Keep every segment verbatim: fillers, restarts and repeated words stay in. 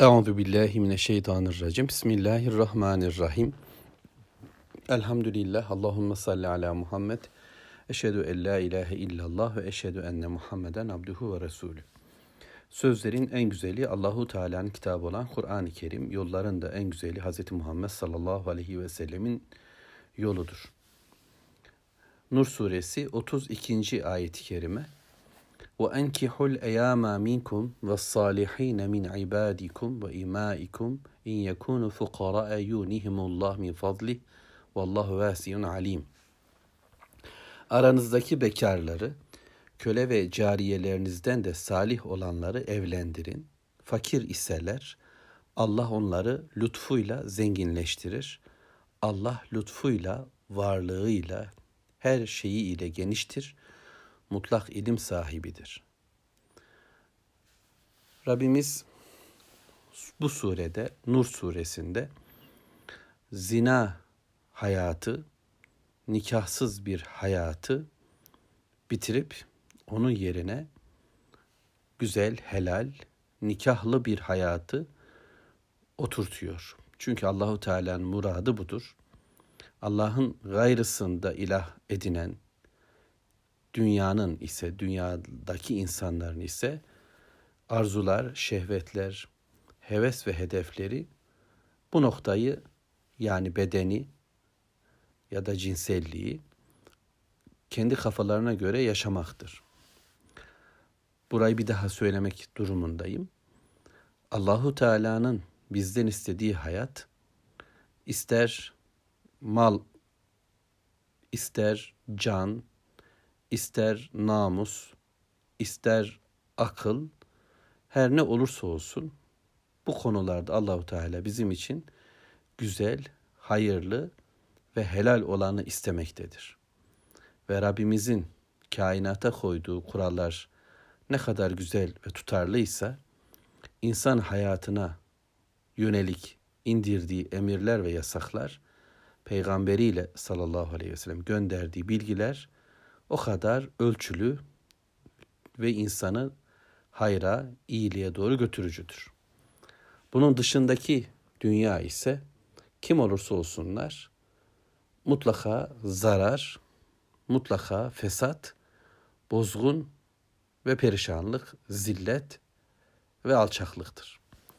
Euzu billahi mineşşeytanirracim. Bismillahirrahmanirrahim. Elhamdülillah. Allahumme salli ala Muhammed. Eşhedü en la ilahe illallah ve eşhedü enne Muhammeden abduhu ve resulü. Sözlerin en güzeli Allahu Teala'nın kitabı olan Kur'an-ı Kerim, yolların da en güzeli Hz. Muhammed sallallahu aleyhi ve sellemin yoludur. Nur suresi otuz ikinci ayet-i kerime. وَاَنْكِحُوا الْاَيَامَ مِنْكُمْ وَالصَّالِحِينَ مِنْ عِبَادِكُمْ وَاِمَائِكُمْ اِنْ يَكُونُوا فُقَرَاءَ يُغْنِهِمُ اللّٰهُ مِنْ فَضْلِهِ وَاللّٰهُ وَاسِعٌ عَلِيمٌ. Aranızdaki bekarları, köle ve cariyelerinizden de salih olanları evlendirin. Fakir iseler, Allah onları lütfuyla zenginleştirir. Allah lütfuyla, varlığıyla, her şeyi ile geniştir. Mutlak ilim sahibidir. Rabbimiz bu surede, Nur suresinde zina hayatı, nikahsız bir hayatı bitirip onun yerine güzel, helal, nikahlı bir hayatı oturtuyor. Çünkü Allahu Teala'nın muradı budur. Allah'ın gayrısında ilah edinen dünyanın ise, dünyadaki insanların ise arzular, şehvetler, heves ve hedefleri bu noktayı, yani bedeni ya da cinselliği kendi kafalarına göre yaşamaktır. Burayı bir daha söylemek durumundayım. Allahu Teala'nın bizden istediği hayat, ister mal, ister can, ister namus, ister akıl, her ne olursa olsun bu konularda Allahu Teala bizim için güzel, hayırlı ve helal olanı istemektedir. Ve Rabbimizin kainata koyduğu kurallar ne kadar güzel ve tutarlıysa, insan hayatına yönelik indirdiği emirler ve yasaklar, peygamberiyle sallallahu aleyhi ve sellem gönderdiği bilgiler o kadar ölçülü ve insanı hayra, iyiliğe doğru götürücüdür. Bunun dışındaki dünya ise kim olursa olsunlar mutlaka zarar, mutlaka fesat, bozgun ve perişanlık, zillet ve alçaklıktır.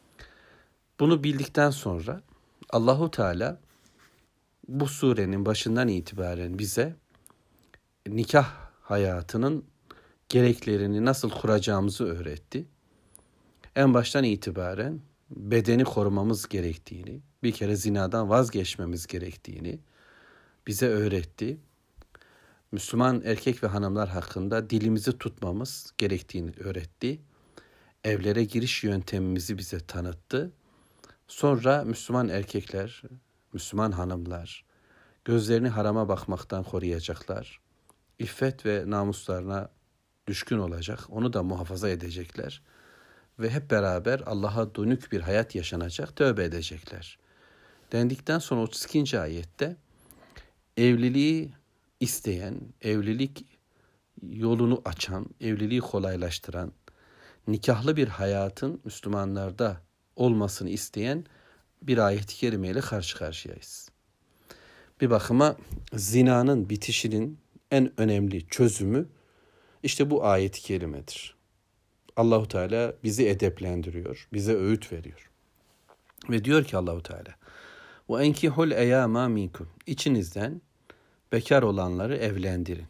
Bunu bildikten sonra Allahu Teala bu surenin başından itibaren bize nikah hayatının gereklerini nasıl kuracağımızı öğretti. En baştan itibaren bedeni korumamız gerektiğini, bir kere zinadan vazgeçmemiz gerektiğini bize öğretti. Müslüman erkek ve hanımlar hakkında dilimizi tutmamız gerektiğini öğretti. Evlere giriş yöntemimizi bize tanıttı. Sonra Müslüman erkekler, Müslüman hanımlar gözlerini harama bakmaktan koruyacaklar. İffet ve namuslarına düşkün olacak, onu da muhafaza edecekler. Ve hep beraber Allah'a dönük bir hayat yaşanacak, tövbe edecekler. Dendikten sonra otuz ikinci ayette evliliği isteyen, evlilik yolunu açan, evliliği kolaylaştıran, nikahlı bir hayatın Müslümanlarda olmasını isteyen bir ayet-i kerimeyle karşı karşıyayız. Bir bakıma zinanın bitişinin en önemli çözümü işte bu ayet-i kerimedir. Allahu Teala bizi edeplendiriyor, bize öğüt veriyor. Ve diyor ki Allahu Teala: "Ve enkihul eyama minkum." İçinizden bekar olanları evlendirin.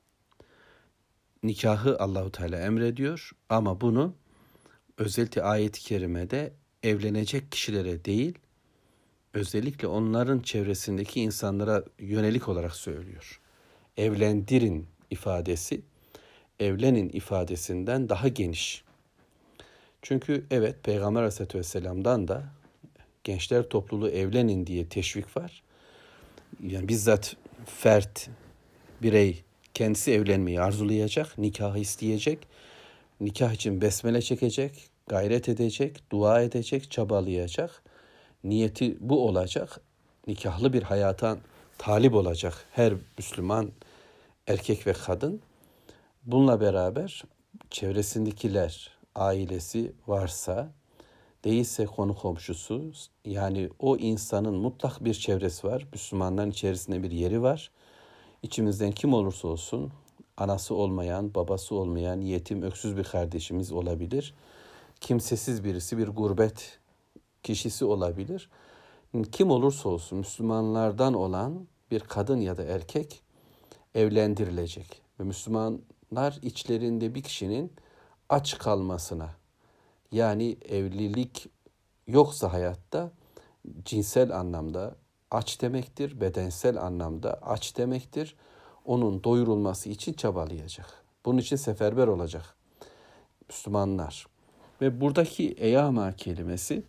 Nikahı Allahu Teala emrediyor ama bunu özellikle ayet-i kerimede evlenecek kişilere değil, özellikle onların çevresindeki insanlara yönelik olarak söylüyor. Evlendirin ifadesi evlenin ifadesinden daha geniş. Çünkü evet, Peygamber Aleyhisselatü Vesselam'dan da gençler topluluğu evlenin diye teşvik var. Yani bizzat fert, birey kendisi evlenmeyi arzulayacak, nikahı isteyecek, nikah için besmele çekecek, gayret edecek, dua edecek, çabalayacak. Niyeti bu olacak. Nikahlı bir hayata talip olacak her Müslüman erkek ve kadın. Bununla beraber çevresindekiler, ailesi varsa değilse konu komşusu, yani o insanın mutlak bir çevresi var. Müslümanların içerisinde bir yeri var. İçimizden kim olursa olsun, anası olmayan, babası olmayan, yetim, öksüz bir kardeşimiz olabilir. Kimsesiz birisi, bir gurbet kişisi olabilir. Kim olursa olsun Müslümanlardan olan bir kadın ya da erkek evlendirilecek. Ve Müslümanlar içlerinde bir kişinin aç kalmasına, yani evlilik yoksa hayatta cinsel anlamda aç demektir, bedensel anlamda aç demektir. Onun doyurulması için çabalayacak. Bunun için seferber olacak Müslümanlar. Ve buradaki eyama kelimesi,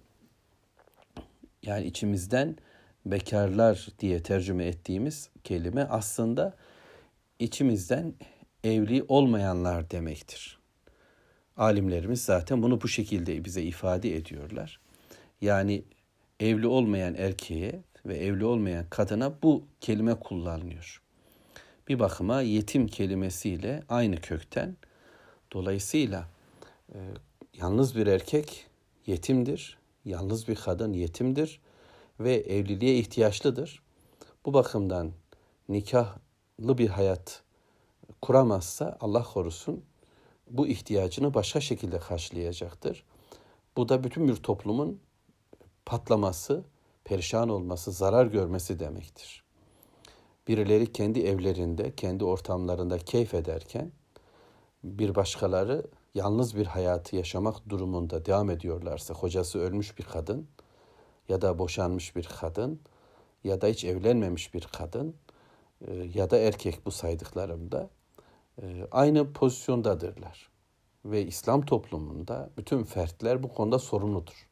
yani içimizden bekarlar diye tercüme ettiğimiz kelime aslında içimizden evli olmayanlar demektir. Alimlerimiz zaten bunu bu şekilde bize ifade ediyorlar. Yani evli olmayan erkeğe ve evli olmayan kadına bu kelime kullanılıyor. Bir bakıma yetim kelimesiyle aynı kökten. Dolayısıyla e, yalnız bir erkek yetimdir, yalnız bir kadın yetimdir ve evliliğe ihtiyaçlıdır. Bu bakımdan nikahlı bir hayat kuramazsa Allah korusun bu ihtiyacını başka şekilde karşılayacaktır. Bu da bütün bir toplumun patlaması, perişan olması, zarar görmesi demektir. Birileri kendi evlerinde, kendi ortamlarında keyif ederken bir başkaları yalnız bir hayatı yaşamak durumunda devam ediyorlarsa, kocası ölmüş bir kadın ya da boşanmış bir kadın ya da hiç evlenmemiş bir kadın ya da erkek, bu saydıklarımda aynı pozisyondadırlar. Ve İslam toplumunda bütün fertler bu konuda sorumludur.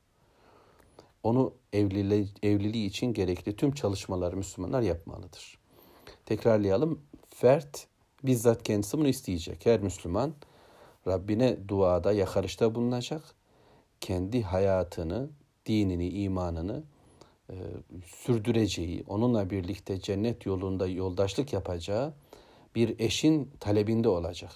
Onu evliliği, evliliği için gerekli tüm çalışmaları Müslümanlar yapmalıdır. Tekrarlayalım. Fert bizzat kendisi bunu isteyecek. Her Müslüman Rabbine duada, yakarışta bulunacak. Kendi hayatını, dinini, imanını e, sürdüreceği, onunla birlikte cennet yolunda yoldaşlık yapacağı bir eşin talebinde olacak.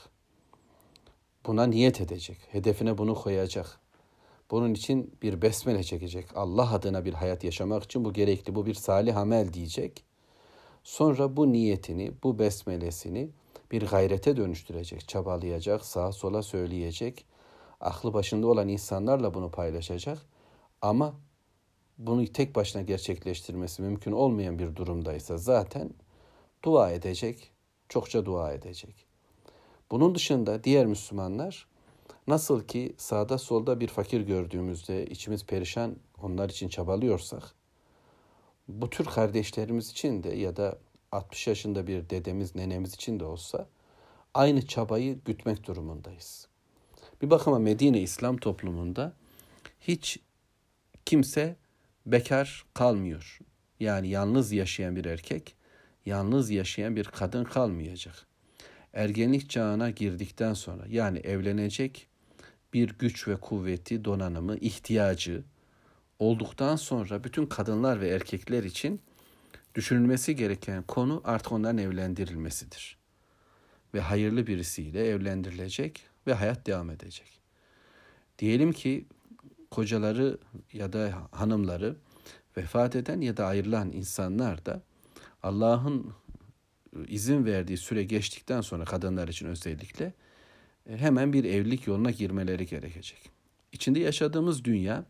Buna niyet edecek. Hedefine bunu koyacak. Bunun için bir besmele çekecek. Allah adına bir hayat yaşamak için bu gerekli. Bu bir salih amel diyecek. Sonra bu niyetini, bu besmelesini bir gayrete dönüştürecek. Çabalayacak, sağa sola söyleyecek. Aklı başında olan insanlarla bunu paylaşacak. Ama bunu tek başına gerçekleştirmesi mümkün olmayan bir durumdaysa zaten dua edecek, çokça dua edecek. Bunun dışında diğer Müslümanlar, nasıl ki sağda solda bir fakir gördüğümüzde içimiz perişan, onlar için çabalıyorsak, bu tür kardeşlerimiz için de ya da altmış yaşında bir dedemiz, nenemiz için de olsa aynı çabayı gütmek durumundayız. Bir bakıma Medine İslam toplumunda hiç kimse bekar kalmıyor. Yani yalnız yaşayan bir erkek, yalnız yaşayan bir kadın kalmayacak. Ergenlik çağına girdikten sonra, yani evlenecek bir güç ve kuvveti, donanımı, ihtiyacı olduktan sonra bütün kadınlar ve erkekler için düşünülmesi gereken konu artık onların evlendirilmesidir. Ve hayırlı birisiyle evlendirilecek ve hayat devam edecek. Diyelim ki kocaları ya da hanımları vefat eden ya da ayrılan insanlar da Allah'ın izin verdiği süre geçtikten sonra kadınlar için özellikle hemen bir evlilik yoluna girmeleri gerekecek. İçinde yaşadığımız dünya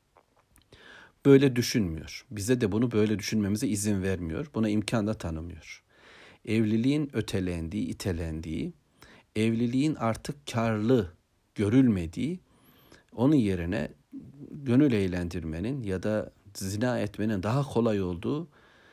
böyle düşünmüyor. Bize de bunu böyle düşünmemize izin vermiyor. Buna imkan da tanımıyor. Evliliğin ötelendiği, itelendiği, evliliğin artık karlı görülmediği, onun yerine gönül eğlendirmenin ya da zina etmenin daha kolay olduğu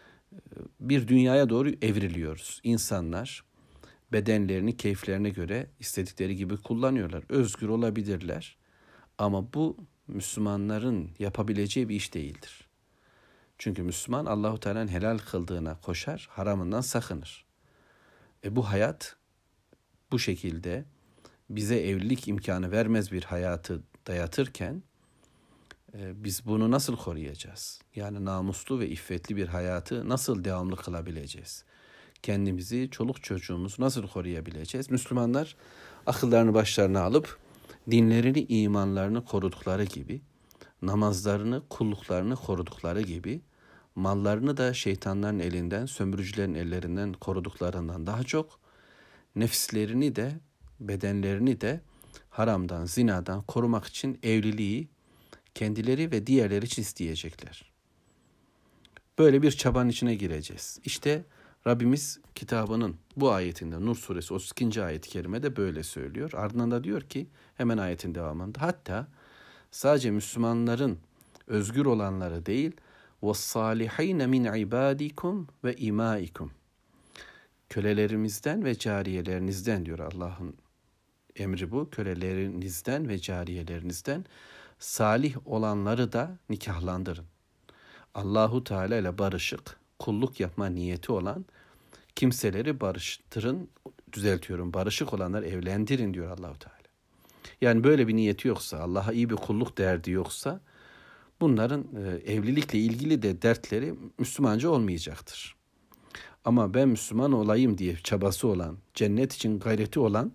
bir dünyaya doğru evriliyoruz. İnsanlar bedenlerini keyiflerine göre istedikleri gibi kullanıyorlar. Özgür olabilirler. Ama bu Müslümanların yapabileceği bir iş değildir. Çünkü Müslüman Allahu Teala'nın helal kıldığına koşar, haramından sakınır. E bu hayat bu şekilde bize evlilik imkanı vermez bir hayatı dayatırken e, biz bunu nasıl koruyacağız? Yani namuslu ve iffetli bir hayatı nasıl devamlı kılabileceğiz? Kendimizi, çoluk çocuğumuzu nasıl koruyabileceğiz? Müslümanlar akıllarını başlarına alıp dinlerini, imanlarını korudukları gibi namazlarını, kulluklarını korudukları gibi mallarını da şeytanların elinden, sömürücülerin ellerinden koruduklarından daha çok nefislerini de, bedenlerini de haramdan, zinadan korumak için evliliği kendileri ve diğerleri için isteyecekler. Böyle bir çabanın içine gireceğiz. İşte Rabbimiz kitabının bu ayetinde, Nur suresi otuz ikinci ayet-i kerimede böyle söylüyor. Ardından da diyor ki hemen ayetin devamında, hatta sadece Müslümanların özgür olanları değil, وَالصَّالِحَيْنَ مِنْ عِبَادِكُمْ وَاِمَائِكُمْ, kölelerimizden ve cariyelerinizden diyor Allah'ın emri bu. Kölelerinizden ve cariyelerinizden salih olanları da nikahlandırın. Allahu Teala ile barışık, kulluk yapma niyeti olan kimseleri barıştırın, düzeltiyorum, barışık olanları evlendirin diyor Allahu Teala. Yani böyle bir niyeti yoksa, Allah'a iyi bir kulluk derdi yoksa, bunların e, evlilikle ilgili de dertleri Müslümanca olmayacaktır. Ama ben Müslüman olayım diye çabası olan, cennet için gayreti olan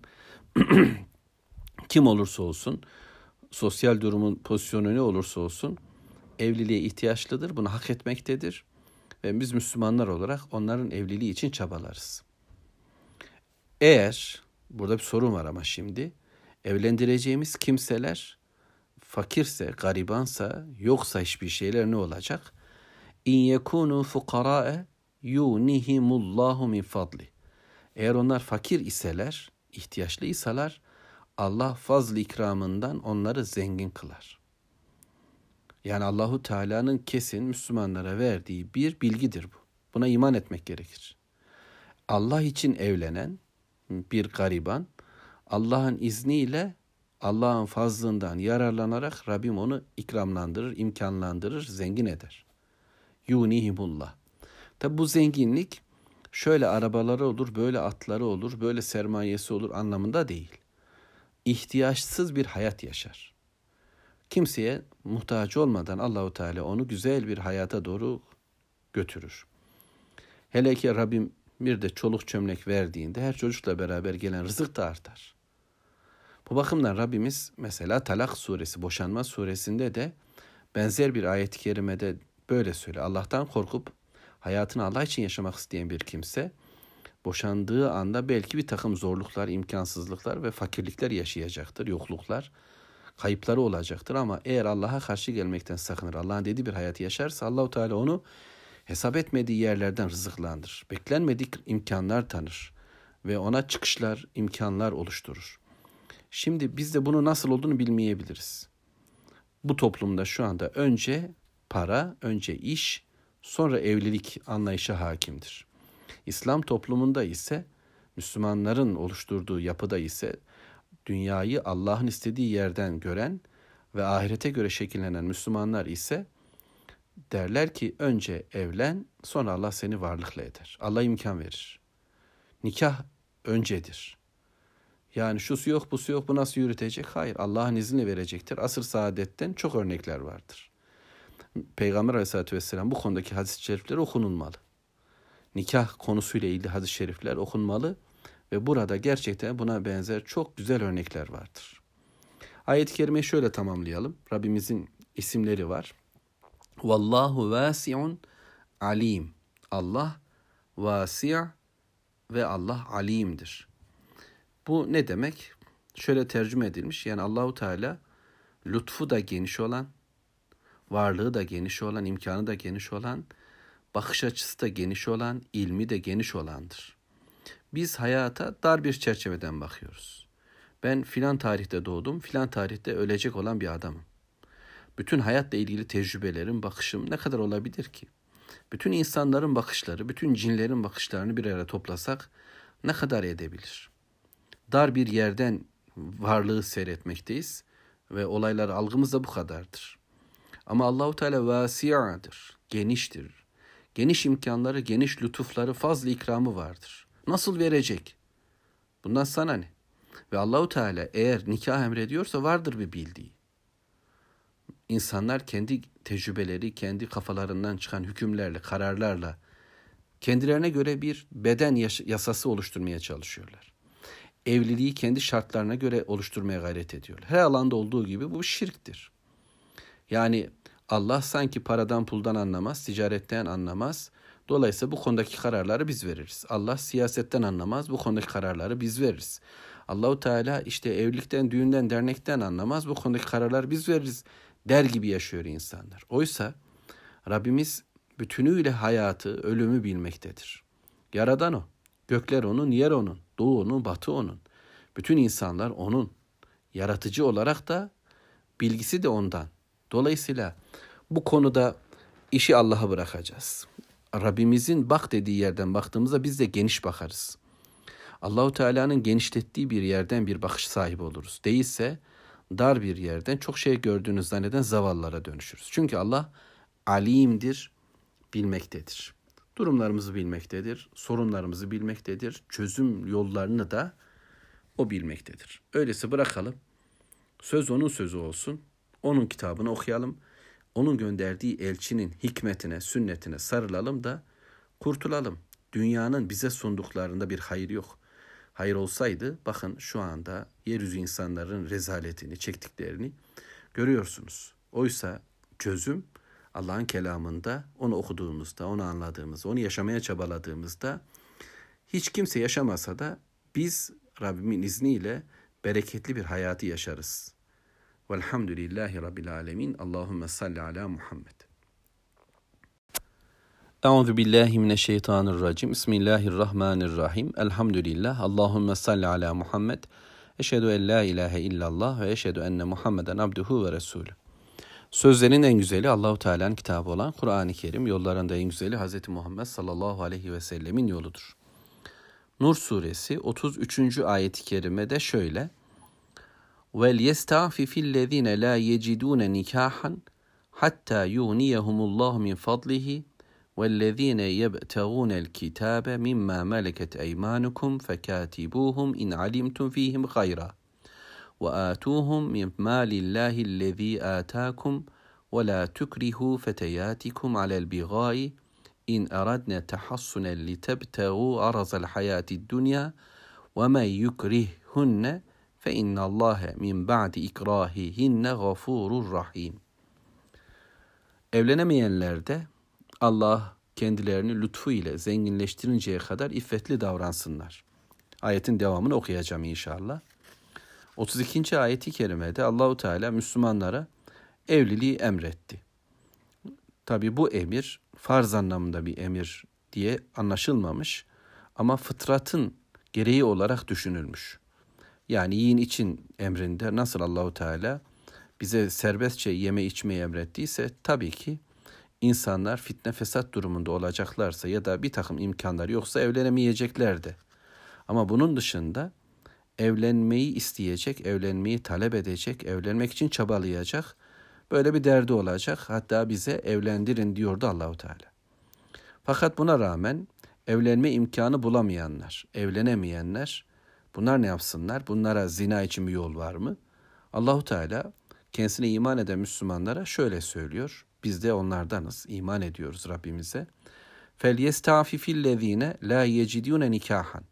kim olursa olsun, sosyal durumun pozisyonu ne olursa olsun evliliğe ihtiyaçlıdır, bunu hak etmektedir. Ve biz Müslümanlar olarak onların evliliği için çabalarız. Eğer, burada bir sorun var ama şimdi, evlendireceğimiz kimseler fakirse, garibansa, yoksa hiçbir şeyler ne olacak? İn yekunu fuqara'a yunihimullahu min fadli. Eğer onlar fakir iseler, ihtiyaçlı iseler, Allah fazl-ı ikramından onları zengin kılar. Yani Allahu Teala'nın kesin Müslümanlara verdiği bir bilgidir bu. Buna iman etmek gerekir. Allah için evlenen bir gariban, Allah'ın izniyle, Allah'ın fazlından yararlanarak Rabbim onu ikramlandırır, imkanlandırır, zengin eder. Yunihimullah. Tabi bu zenginlik şöyle arabaları olur, böyle atları olur, böyle sermayesi olur anlamında değil. İhtiyaçsız bir hayat yaşar. Kimseye muhtaç olmadan Allahu Teala onu güzel bir hayata doğru götürür. Hele ki Rabbim bir de çoluk çömlek verdiğinde her çocukla beraber gelen rızık da artar. Bu bakımdan Rabbimiz mesela Talak suresi, Boşanma suresinde de benzer bir ayet-i kerimede böyle söylüyor. Allah'tan korkup hayatını Allah için yaşamak isteyen bir kimse boşandığı anda belki bir takım zorluklar, imkansızlıklar ve fakirlikler yaşayacaktır, yokluklar, kayıpları olacaktır ama eğer Allah'a karşı gelmekten sakınır, Allah'ın dediği bir hayatı yaşarsa Allahu Teala onu hesap etmediği yerlerden rızıklandırır. Beklenmedik imkanlar tanır ve ona çıkışlar, imkanlar oluşturur. Şimdi biz de bunu nasıl olduğunu bilmeyebiliriz. Bu toplumda şu anda önce para, önce iş, sonra evlilik anlayışı hakimdir. İslam toplumunda ise, Müslümanların oluşturduğu yapıda ise dünyayı Allah'ın istediği yerden gören ve ahirete göre şekillenen Müslümanlar ise derler ki önce evlen, sonra Allah seni varlıkla eder. Allah imkan verir. Nikah öncedir. Yani şusu yok, busu yok, bu nasıl yürütecek? Hayır, Allah'ın izniyle verecektir. Asr-ı saadetten çok örnekler vardır. Peygamber Aleyhisselatü Vesselam bu konudaki hadis-i şerifleri okunulmalı. Nikah konusuyla ilgili hadis-i şerifler okunmalı ve burada gerçekten buna benzer çok güzel örnekler vardır. Ayet-i kerimeyi şöyle tamamlayalım. Rabbimizin isimleri var. Vallahu vasi'un alim. Allah vasi' ve Allah alimdir. Bu ne demek? Şöyle tercüme edilmiş. Yani Allahu Teala lütfu da geniş olan, varlığı da geniş olan, imkanı da geniş olan, bakış açısı da geniş olan, ilmi de geniş olandır. Biz hayata dar bir çerçeveden bakıyoruz. Ben filan tarihte doğdum, filan tarihte ölecek olan bir adamım. Bütün hayatla ilgili tecrübelerim, bakışım ne kadar olabilir ki? Bütün insanların bakışları, bütün cinlerin bakışlarını bir araya toplasak ne kadar edebilir? Dar bir yerden varlığı seyretmekteyiz ve olaylar algımız da bu kadardır. Ama Allahu Teala vasi'adır, geniştir. Geniş imkanları, geniş lütufları, fazla ikramı vardır. Nasıl verecek? Bundan sana ne? Ve Allahu Teala eğer nikah emrediyorsa vardır bir bildiği. İnsanlar kendi tecrübeleri, kendi kafalarından çıkan hükümlerle, kararlarla kendilerine göre bir beden yasası oluşturmaya çalışıyorlar. Evliliği kendi şartlarına göre oluşturmaya gayret ediyorlar. Her alanda olduğu gibi bu şirktir. Yani Allah sanki paradan puldan anlamaz, ticaretten anlamaz. Dolayısıyla bu konudaki kararları biz veririz. Allah siyasetten anlamaz, bu konudaki kararları biz veririz. Allahu Teala işte evlilikten, düğünden, dernekten anlamaz, bu konudaki kararları biz veririz der gibi yaşıyor insanlar. Oysa Rabbimiz bütünüyle hayatı, ölümü bilmektedir. Yaradan o. Gökler onun, yer onun. Doğu onun, batı onun. Bütün insanlar onun. Yaratıcı olarak da bilgisi de ondan. Dolayısıyla bu konuda işi Allah'a bırakacağız. Rabbimizin bak dediği yerden baktığımızda biz de geniş bakarız. Allahu Teala'nın genişlettiği bir yerden bir bakış sahibi oluruz. Değilse dar bir yerden çok şey gördüğünüz zanneden zavallara dönüşürüz. Çünkü Allah alimdir, bilmektedir. Durumlarımızı bilmektedir, sorunlarımızı bilmektedir, çözüm yollarını da o bilmektedir. Öyleyse bırakalım, söz onun sözü olsun, onun kitabını okuyalım, onun gönderdiği elçinin hikmetine, sünnetine sarılalım da kurtulalım. Dünyanın bize sunduklarında bir hayır yok. Hayır olsaydı bakın şu anda yeryüzü insanların rezaletini, çektiklerini görüyorsunuz. Oysa çözüm Allah'ın kelamında, onu okuduğumuzda, onu anladığımızda, onu yaşamaya çabaladığımızda hiç kimse yaşamasa da biz Rabbimin izniyle bereketli bir hayatı yaşarız. Velhamdülillahi Rabbil alemin. Allahümme salli ala Muhammed. Euzu billahi mineşşeytanirracim. Bismillahirrahmanirrahim. Elhamdülillah. Allahümme salli ala Muhammed. Eşhedü en la ilahe illallah ve eşhedü enne Muhammeden abduhu ve resulü. Sözlerin en güzeli Allahu Teala'nın kitabı olan Kur'an-ı Kerim, yollarında en güzeli Hz. Muhammed sallallahu aleyhi ve sellemin yoludur. Nur suresi otuz üçüncü ayet-i kerimede şöyle: "Vel yesta'fifillezine la yecidun nikahan hatta yughniyahumullahu min fadlihi vellezine yebtagûnel kitâbe mimma meleket eymanukum fekâtibuhum in alimtum fihim hayra ve âtûhum min mâlillâhillezî âtâkum ve lâ tukrihû feteyâtikum alel bigâi in aradne tahassunen litebtagû arazal hayâtid dünya ve men yukrihhunne fe innallâhe min ba'di ikrahihinne gafûrur rahîm." Evlenemeyenler de Allah kendilerini lütfu ile zenginleştirinceye kadar iffetli davransınlar. Ayetin devamını okuyacağım inşallah. otuz ikinci ayeti kerimede Allahu Teala Müslümanlara evliliği emretti. Tabi bu emir farz anlamında bir emir diye anlaşılmamış ama fıtratın gereği olarak düşünülmüş. Yani yiyin için emrinde nasıl Allahu Teala bize serbestçe yeme içmeyi emrettiyse tabii ki insanlar fitne fesat durumunda olacaklarsa ya da bir takım imkanlar yoksa evlenemeyeceklerdi. Ama bunun dışında evlenmeyi isteyecek, evlenmeyi talep edecek, evlenmek için çabalayacak, böyle bir derdi olacak. Hatta bize evlendirin diyordu Allahu Teala. Fakat buna rağmen evlenme imkanı bulamayanlar, evlenemeyenler, bunlar ne yapsınlar? Bunlara zina için bir yol var mı? Allahu Teala kendisine iman eden Müslümanlara şöyle söylüyor. Biz de onlardanız, iman ediyoruz Rabbimize. فَلْيَسْتَعْفِفِ la yecidune nikahan.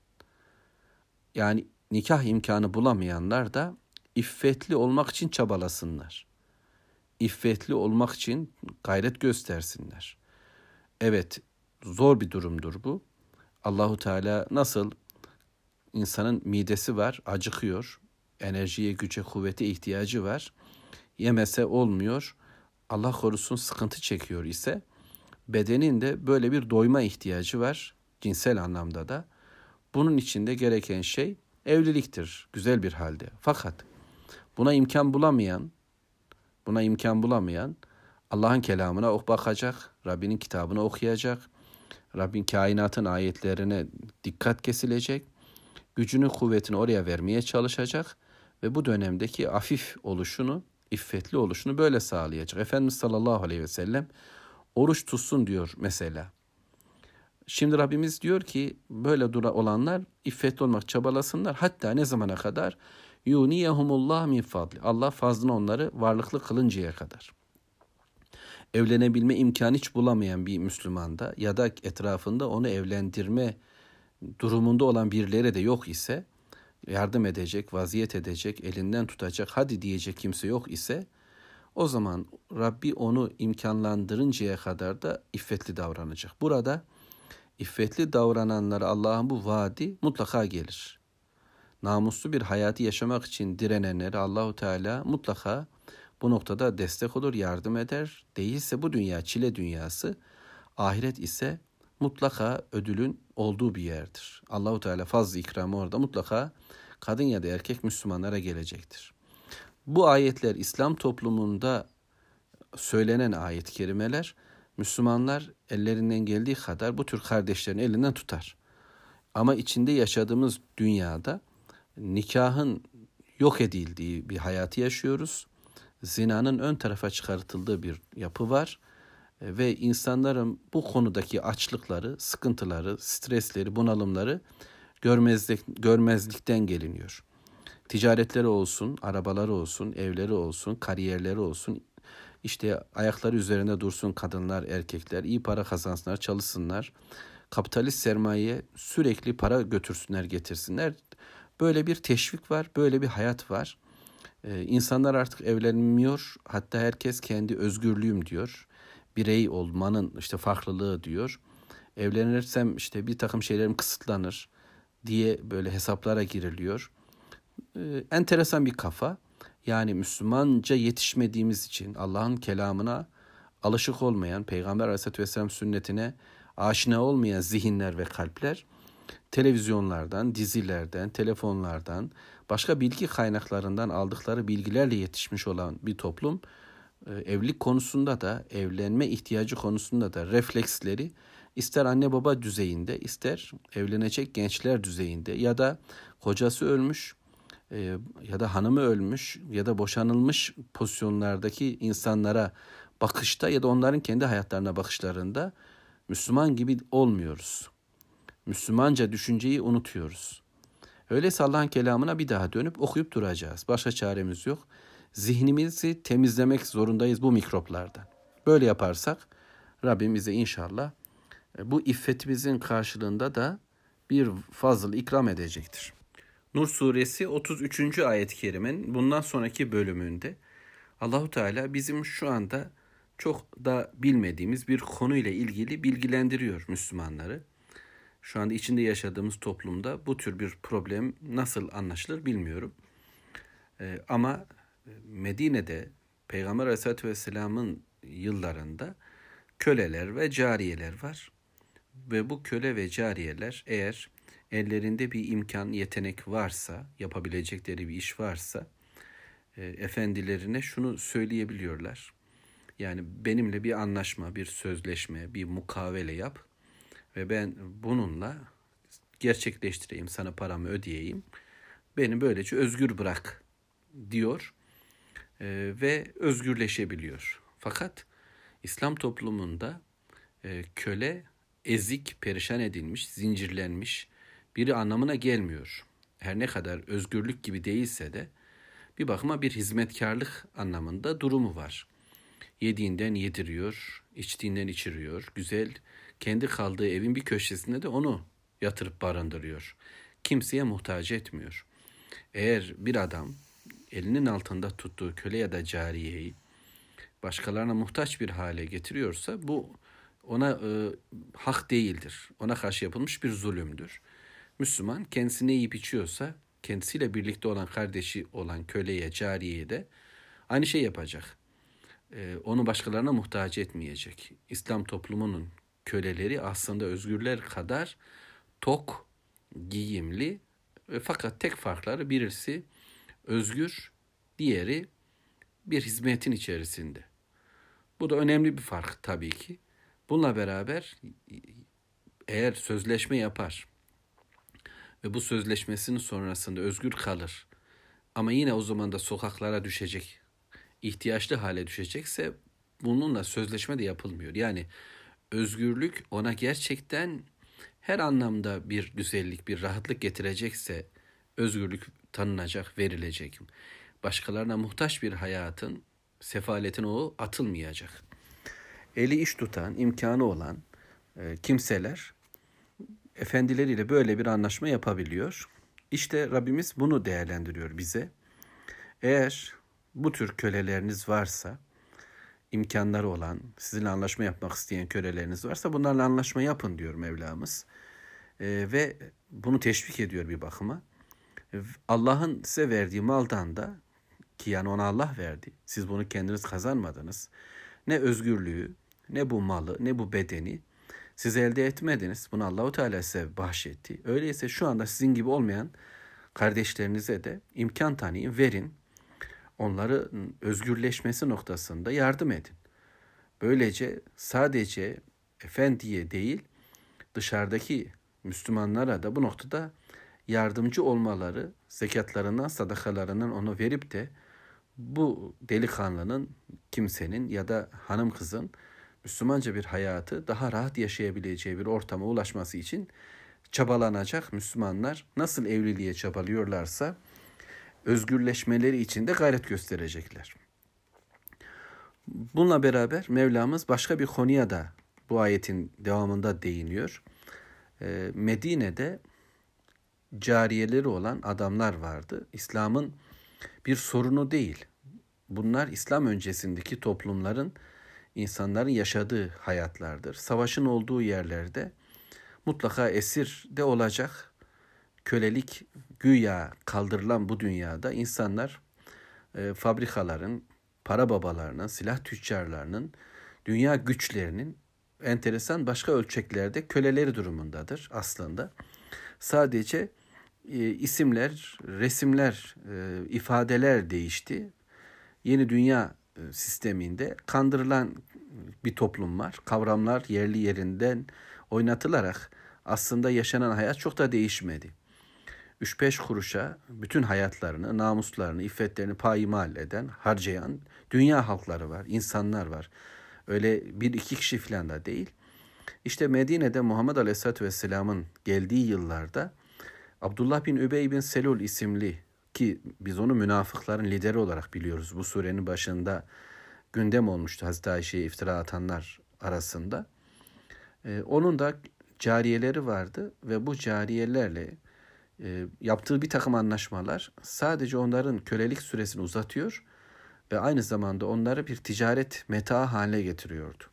Yani nikah imkanı bulamayanlar da iffetli olmak için çabalasınlar. İffetli olmak için gayret göstersinler. Evet, zor bir durumdur bu. Allahu Teala nasıl insanın midesi var, acıkıyor, enerjiye, güce, kuvvete ihtiyacı var. Yemese olmuyor. Allah korusun sıkıntı çekiyor ise bedenin de böyle bir doyma ihtiyacı var cinsel anlamda da. Bunun için de gereken şey evliliktir güzel bir halde. Fakat buna imkan bulamayan, buna imkan bulamayan Allah'ın kelamına ok bakacak, Rabbinin kitabını okuyacak, Rabbin kainatın ayetlerine dikkat kesilecek, gücünü kuvvetini oraya vermeye çalışacak ve bu dönemdeki afif oluşunu, iffetli oluşunu böyle sağlayacak. Efendimiz sallallahu aleyhi ve sellem oruç tutsun diyor mesela. Şimdi Rabbimiz diyor ki böyle dura olanlar iffetli olmak çabalasınlar. Hatta ne zamana kadar? Yuniyehumullah min fadli. Allah fazlını onları varlıklı kılıncaya kadar. Evlenebilme imkanı hiç bulamayan bir Müslümanda ya da etrafında onu evlendirme durumunda olan birileri de yok ise, yardım edecek, vaziyet edecek, elinden tutacak, hadi diyecek kimse yok ise O zaman Rabbi onu imkanlandırıncaya kadar da iffetli davranacak. Burada iffetli davrananlara Allah'ın bu vaadi mutlaka gelir. Namuslu bir hayatı yaşamak için direnenlere Allahu Teala mutlaka bu noktada destek olur, yardım eder. Değilse bu dünya çile dünyası, ahiret ise mutlaka ödülün olduğu bir yerdir. Allahu Teala fazl-ı ikramı orada mutlaka kadın ya da erkek Müslümanlara gelecektir. Bu ayetler İslam toplumunda söylenen ayet-i kerimeler, Müslümanlar ellerinden geldiği kadar bu tür kardeşlerin elinden tutar. Ama içinde yaşadığımız dünyada nikahın yok edildiği bir hayatı yaşıyoruz. Zinanın ön tarafa çıkartıldığı bir yapı var. Ve insanların bu konudaki açlıkları, sıkıntıları, stresleri, bunalımları görmezlik, görmezlikten geliniyor. Ticaretleri olsun, arabaları olsun, evleri olsun, kariyerleri olsun, işte ayakları üzerinde dursun kadınlar, erkekler, iyi para kazansınlar, çalışsınlar. Kapitalist sermayeye sürekli para götürsünler, getirsinler. Böyle bir teşvik var, böyle bir hayat var. Ee, insanlar artık evlenmiyor, hatta herkes kendi özgürlüğüm diyor. Birey olmanın işte farklılığı diyor. Evlenirsem işte bir takım şeylerim kısıtlanır diye böyle hesaplara giriliyor. Ee, enteresan bir kafa. Yani Müslümanca yetişmediğimiz için Allah'ın kelamına alışık olmayan, Peygamber Aleyhisselatü Vesselam sünnetine aşina olmayan zihinler ve kalpler televizyonlardan, dizilerden, telefonlardan, başka bilgi kaynaklarından aldıkları bilgilerle yetişmiş olan bir toplum, evlilik konusunda da, evlenme ihtiyacı konusunda da refleksleri ister anne baba düzeyinde, ister evlenecek gençler düzeyinde ya da kocası ölmüş ya da hanımı ölmüş ya da boşanılmış pozisyonlardaki insanlara bakışta ya da onların kendi hayatlarına bakışlarında Müslüman gibi olmuyoruz. Müslümanca düşünceyi unutuyoruz. Öyleyse Allah'ın kelamına bir daha dönüp okuyup duracağız. Başka çaremiz yok. Zihnimizi temizlemek zorundayız bu mikroplardan. Böyle yaparsak Rabbim bize inşallah bu iffetimizin karşılığında da bir fazıl ikram edecektir. Nur suresi otuz üçüncü ayet-i kerimenin bundan sonraki bölümünde Allahu Teala bizim şu anda çok da bilmediğimiz bir konuyla ilgili bilgilendiriyor Müslümanları. Şu anda içinde yaşadığımız toplumda bu tür bir problem nasıl anlaşılır bilmiyorum. Ee, ama Medine'de Peygamber Aleyhisselatü Vesselam'ın yıllarında köleler ve cariyeler var. Ve bu köle ve cariyeler eğer ellerinde bir imkan, yetenek varsa, yapabilecekleri bir iş varsa e, efendilerine şunu söyleyebiliyorlar. Yani benimle bir anlaşma, bir sözleşme, bir mukavele yap ve ben bununla gerçekleştireyim, sana paramı ödeyeyim. Beni böylece özgür bırak diyor e, ve özgürleşebiliyor. Fakat İslam toplumunda e, köle ezik, perişan edilmiş, zincirlenmiş biri anlamına gelmiyor. Her ne kadar özgürlük gibi değilse de bir bakıma bir hizmetkarlık anlamında durumu var. Yediğinden yediriyor, içtiğinden içiriyor. Güzel, kendi kaldığı evin bir köşesinde de onu yatırıp barındırıyor. Kimseye muhtaç etmiyor. Eğer bir adam elinin altında tuttuğu köle ya da cariyeyi başkalarına muhtaç bir hale getiriyorsa bu ona e, hak değildir. Ona karşı yapılmış bir zulümdür. Müslüman kendisine yiyip içiyorsa kendisiyle birlikte olan kardeşi olan köleye, cariyeye de aynı şey yapacak. E, onu başkalarına muhtaç etmeyecek. İslam toplumunun köleleri aslında özgürler kadar tok, giyimli ve fakat tek farkları birisi özgür, diğeri bir hizmetin içerisinde. Bu da önemli bir fark tabii ki. Bununla beraber eğer sözleşme yapar ve bu sözleşmesinin sonrasında özgür kalır ama yine o zaman da sokaklara düşecek, ihtiyaçlı hale düşecekse bununla sözleşme de yapılmıyor. Yani özgürlük ona gerçekten her anlamda bir güzellik, bir rahatlık getirecekse özgürlük tanınacak, verilecek. Başkalarına muhtaç bir hayatın sefaletin o atılmayacak. Eli iş tutan, imkanı olan e, kimseler efendileriyle böyle bir anlaşma yapabiliyor. İşte Rabbimiz bunu değerlendiriyor bize. Eğer bu tür köleleriniz varsa, imkanları olan, sizinle anlaşma yapmak isteyen köleleriniz varsa bunlarla anlaşma yapın diyor Mevlamız. Ee, ve bunu teşvik ediyor bir bakıma. Allah'ın size verdiği maldan da, ki yani ona Allah verdi, siz bunu kendiniz kazanmadınız, ne özgürlüğü, ne bu malı, ne bu bedeni siz elde etmediniz. Bunu Allah-u Teala size bahşetti. Öyleyse şu anda sizin gibi olmayan kardeşlerinize de imkan tanıyın, verin. Onların özgürleşmesi noktasında yardım edin. Böylece sadece efendiye değil, dışarıdaki Müslümanlara da bu noktada yardımcı olmaları, zekatlarından, sadakalarından onu verip de bu delikanlının, kimsenin ya da hanım kızın Müslümanca bir hayatı daha rahat yaşayabileceği bir ortama ulaşması için çabalanacak. Müslümanlar nasıl evliliğe çabalıyorlarsa özgürleşmeleri için de gayret gösterecekler. Bununla beraber Mevlamız başka bir konuya da bu ayetin devamında değiniyor. Medine'de cariyeleri olan adamlar vardı. İslam'ın bir sorunu değil. Bunlar İslam öncesindeki toplumların, insanların yaşadığı hayatlardır. Savaşın olduğu yerlerde mutlaka esir de olacak. Kölelik güya kaldırılan bu dünyada insanlar e, fabrikaların, para babalarının, silah tüccarlarının, dünya güçlerinin enteresan başka ölçeklerde köleleri durumundadır aslında. Sadece e, isimler, resimler, e, ifadeler değişti. Yeni dünya e, sisteminde kandırılan bir toplum var. Kavramlar yerli yerinden oynatılarak aslında yaşanan hayat çok da değişmedi. Üç beş kuruşa bütün hayatlarını, namuslarını, iffetlerini payimal eden, harcayan dünya halkları var, insanlar var. Öyle bir iki kişi falan da değil. İşte Medine'de Muhammed Aleyhisselatü Vesselam'ın geldiği yıllarda Abdullah bin Übey bin Selul isimli, ki biz onu münafıkların lideri olarak biliyoruz. Bu surenin başında gündem olmuştu Hazreti Ayşe'ye iftira atanlar arasında. Ee, onun da cariyeleri vardı ve bu cariyelerle e, yaptığı bir takım anlaşmalar sadece onların kölelik süresini uzatıyor ve aynı zamanda onları bir ticaret metaı haline getiriyordu.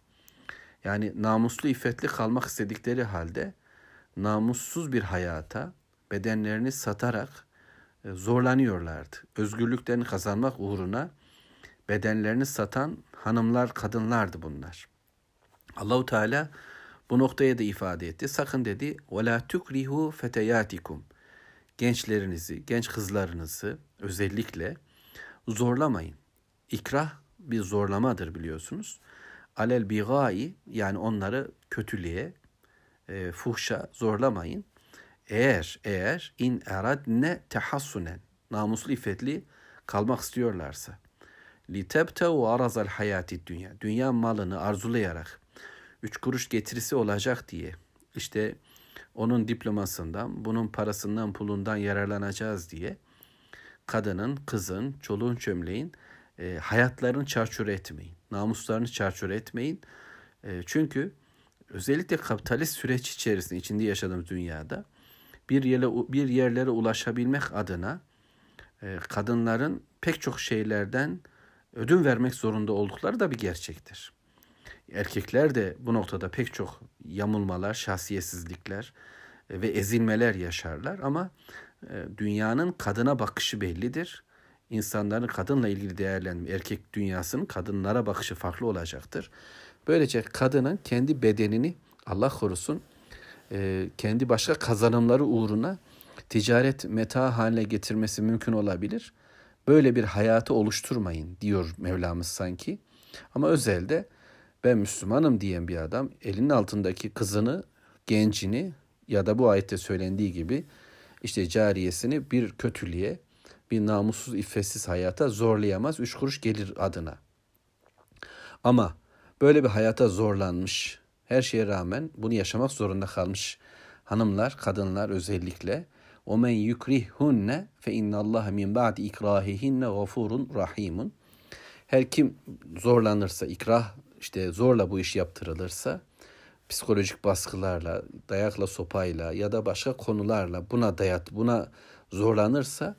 Yani namuslu, iffetli kalmak istedikleri halde namussuz bir hayata bedenlerini satarak e, zorlanıyorlardı. Özgürlüklerini kazanmak uğruna bedenlerini satan hanımlar, kadınlardı bunlar. Allahu Teala bu noktaya da ifade etti. Sakın dedi, وَلَا تُكْرِهُ فَتَيَاتِكُمْ gençlerinizi, genç kızlarınızı özellikle zorlamayın. İkrah bir zorlamadır biliyorsunuz. Alel bigai, yani onları kötülüğe, e, fuhşa zorlamayın. Eğer eğer in eradne tehassunen, namuslu iffetli kalmak istiyorlarsa, li tebtehu arazal hayati dünya, dünya malını arzulayarak üç kuruş getirisi olacak diye, işte onun diplomasından, bunun parasından, pulundan yararlanacağız diye kadının, kızın, çoluğun, çömleğin e, hayatlarını çarçur etmeyin. Namuslarını çarçur etmeyin. E, çünkü özellikle kapitalist süreç içerisinde, içinde yaşadığımız dünyada bir yere, bir yerlere ulaşabilmek adına e, kadınların pek çok şeylerden ödün vermek zorunda oldukları da bir gerçektir. Erkekler de bu noktada pek çok yamulmalar, şahsiyetsizlikler ve ezilmeler yaşarlar ama dünyanın kadına bakışı bellidir. İnsanların kadınla ilgili değerlendirme, erkek dünyasının kadınlara bakışı farklı olacaktır. Böylece kadının kendi bedenini, Allah korusun, kendi başka kazanımları uğruna ticaret meta haline getirmesi mümkün olabilir. Böyle bir hayatı oluşturmayın diyor Mevlamız sanki. Ama özelde ben Müslümanım diyen bir adam elinin altındaki kızını, gencini ya da bu ayette söylendiği gibi işte cariyesini bir kötülüğe, bir namussuz, iffetsiz hayata zorlayamaz. Üç kuruş gelir adına. Ama böyle bir hayata zorlanmış, her şeye rağmen bunu yaşamak zorunda kalmış hanımlar, kadınlar özellikle وَمَنْ يُكْرِهُنَّ فَاِنَّ اللّٰهَ مِنْ بَعْدِ اِكْرَاهِهِنَّ غَفُورٌ رَحِيمٌ. Her kim zorlanırsa, ikrah, işte zorla bu iş yaptırılırsa, psikolojik baskılarla, dayakla, sopayla ya da başka konularla buna dayat, buna zorlanırsa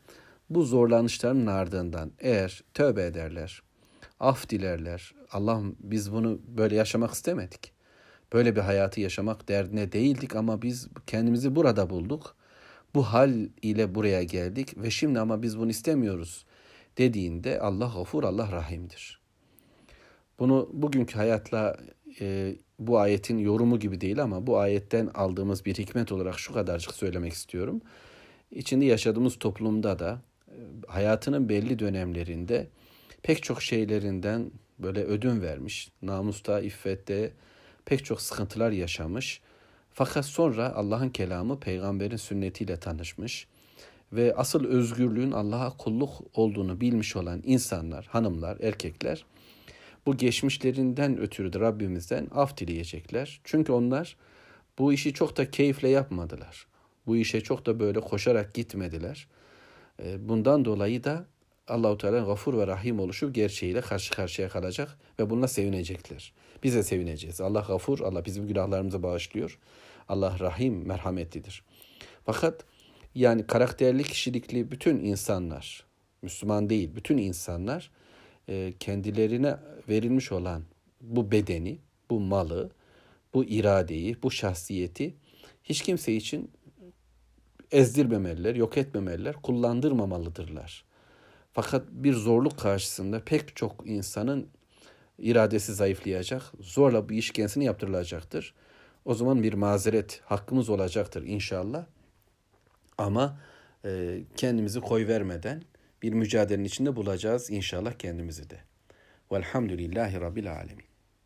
bu zorlanışların ardından eğer tövbe ederler, af dilerler, Allah'ım biz bunu böyle yaşamak istemedik. Böyle bir hayatı yaşamak derdine değildik ama biz kendimizi burada bulduk. Bu hal ile buraya geldik ve şimdi ama biz bunu istemiyoruz dediğinde Allah gafur, Allah rahimdir. Bunu bugünkü hayatla e, bu ayetin yorumu gibi değil ama bu ayetten aldığımız bir hikmet olarak şu kadarcık söylemek istiyorum. İçinde yaşadığımız toplumda da e, hayatının belli dönemlerinde pek çok şeylerinden böyle ödün vermiş, namusta, iffette pek çok sıkıntılar yaşamış. Fakat sonra Allah'ın kelamı, peygamberin sünnetiyle tanışmış ve asıl özgürlüğün Allah'a kulluk olduğunu bilmiş olan insanlar, hanımlar, erkekler bu geçmişlerinden ötürü de Rabbimizden af dileyecekler. Çünkü onlar bu işi çok da keyifle yapmadılar. Bu işe çok da böyle koşarak gitmediler. Bundan dolayı da Allah-u Teala'nın gafur ve rahim oluşu gerçeğiyle karşı karşıya kalacak ve bununla sevinecekler. Biz de sevineceğiz. Allah gafur, Allah bizim günahlarımızı bağışlıyor. Allah rahim, merhametlidir. Fakat yani karakterli, kişilikli bütün insanlar, Müslüman değil, bütün insanlar kendilerine verilmiş olan bu bedeni, bu malı, bu iradeyi, bu şahsiyeti hiç kimse için ezdirmemeliler, yok etmemeliler, kullandırmamalıdırlar. Fakat bir zorluk karşısında pek çok insanın iradesi zayıflayacak, zorla bu iş kendisine yaptırılacaktır. O zaman bir mazeret hakkımız olacaktır inşallah. Ama e, kendimizi koyvermeden bir mücadelenin içinde bulacağız inşallah kendimizi de. Velhamdülillahi Rabbil alemin.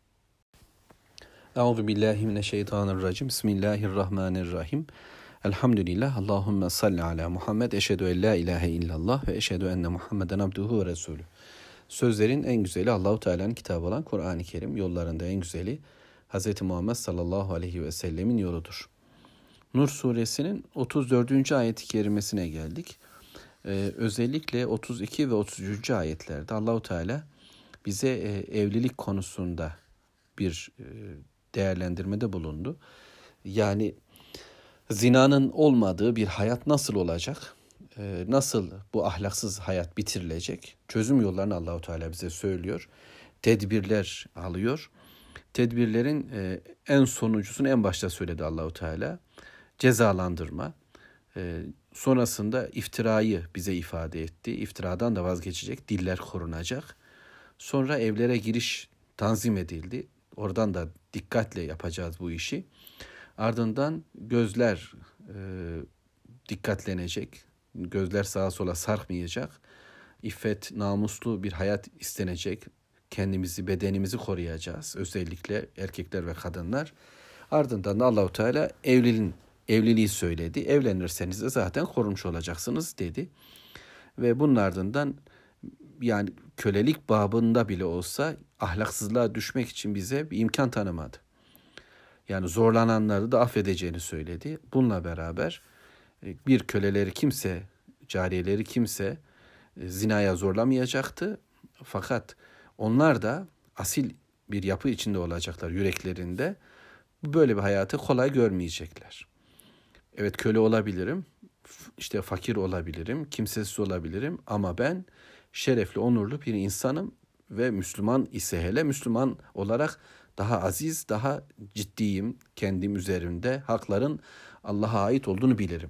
Euzu billahi mineşşeytanirracim. Bismillahirrahmanirrahim. Elhamdülillah. Allahümme salli ala Muhammed. Eşhedü en la ilahe illallah ve eşhedü enne Muhammeden abduhu ve resulü. Sözlerin en güzeli Allahu Teala'nın kitabı olan Kur'an-ı Kerim. Yollarında en güzeli Hz. Muhammed sallallahu aleyhi ve sellemin yoludur. Nur suresinin otuz dördüncü ayet-i kerimesine geldik. Ee, özellikle otuz iki ve otuz üçüncü ayetlerde Allahu Teala bize e, evlilik konusunda bir e, değerlendirmede bulundu. Yani zinanın olmadığı bir hayat nasıl olacak? Ee, nasıl bu ahlaksız hayat bitirilecek? Çözüm yollarını Allahu Teala bize söylüyor. Tedbirler alıyor. Tedbirlerin e, en sonuncusunu en başta söyledi Allahu Teala. Cezalandırma. E, sonrasında iftirayı bize ifade etti. İftiradan da vazgeçecek, diller korunacak. Sonra evlere giriş tanzim edildi. Oradan da dikkatle yapacağız bu işi. Ardından gözler e, dikkatlenecek. Gözler sağa sola sarkmayacak. İffet, namuslu bir hayat istenecek. Kendimizi, bedenimizi koruyacağız. Özellikle erkekler ve kadınlar. Ardından da Allahu Teala evliliğin evliliği söyledi. Evlenirseniz de zaten korunmuş olacaksınız dedi. Ve bunun ardından yani kölelik babında bile olsa ahlaksızlığa düşmek için bize bir imkan tanımadı. Yani zorlananları da affedeceğini söyledi. Bununla beraber bir köleleri kimse, cariyeleri kimse zinaya zorlamayacaktı. Fakat onlar da asil bir yapı içinde olacaklar yüreklerinde. Böyle bir hayatı kolay görmeyecekler. Evet köle olabilirim, işte fakir olabilirim, kimsesiz olabilirim ama ben şerefli, onurlu bir insanım ve Müslüman ise hele Müslüman olarak daha aziz, daha ciddiyim kendim üzerinde. Hakların Allah'a ait olduğunu bilirim.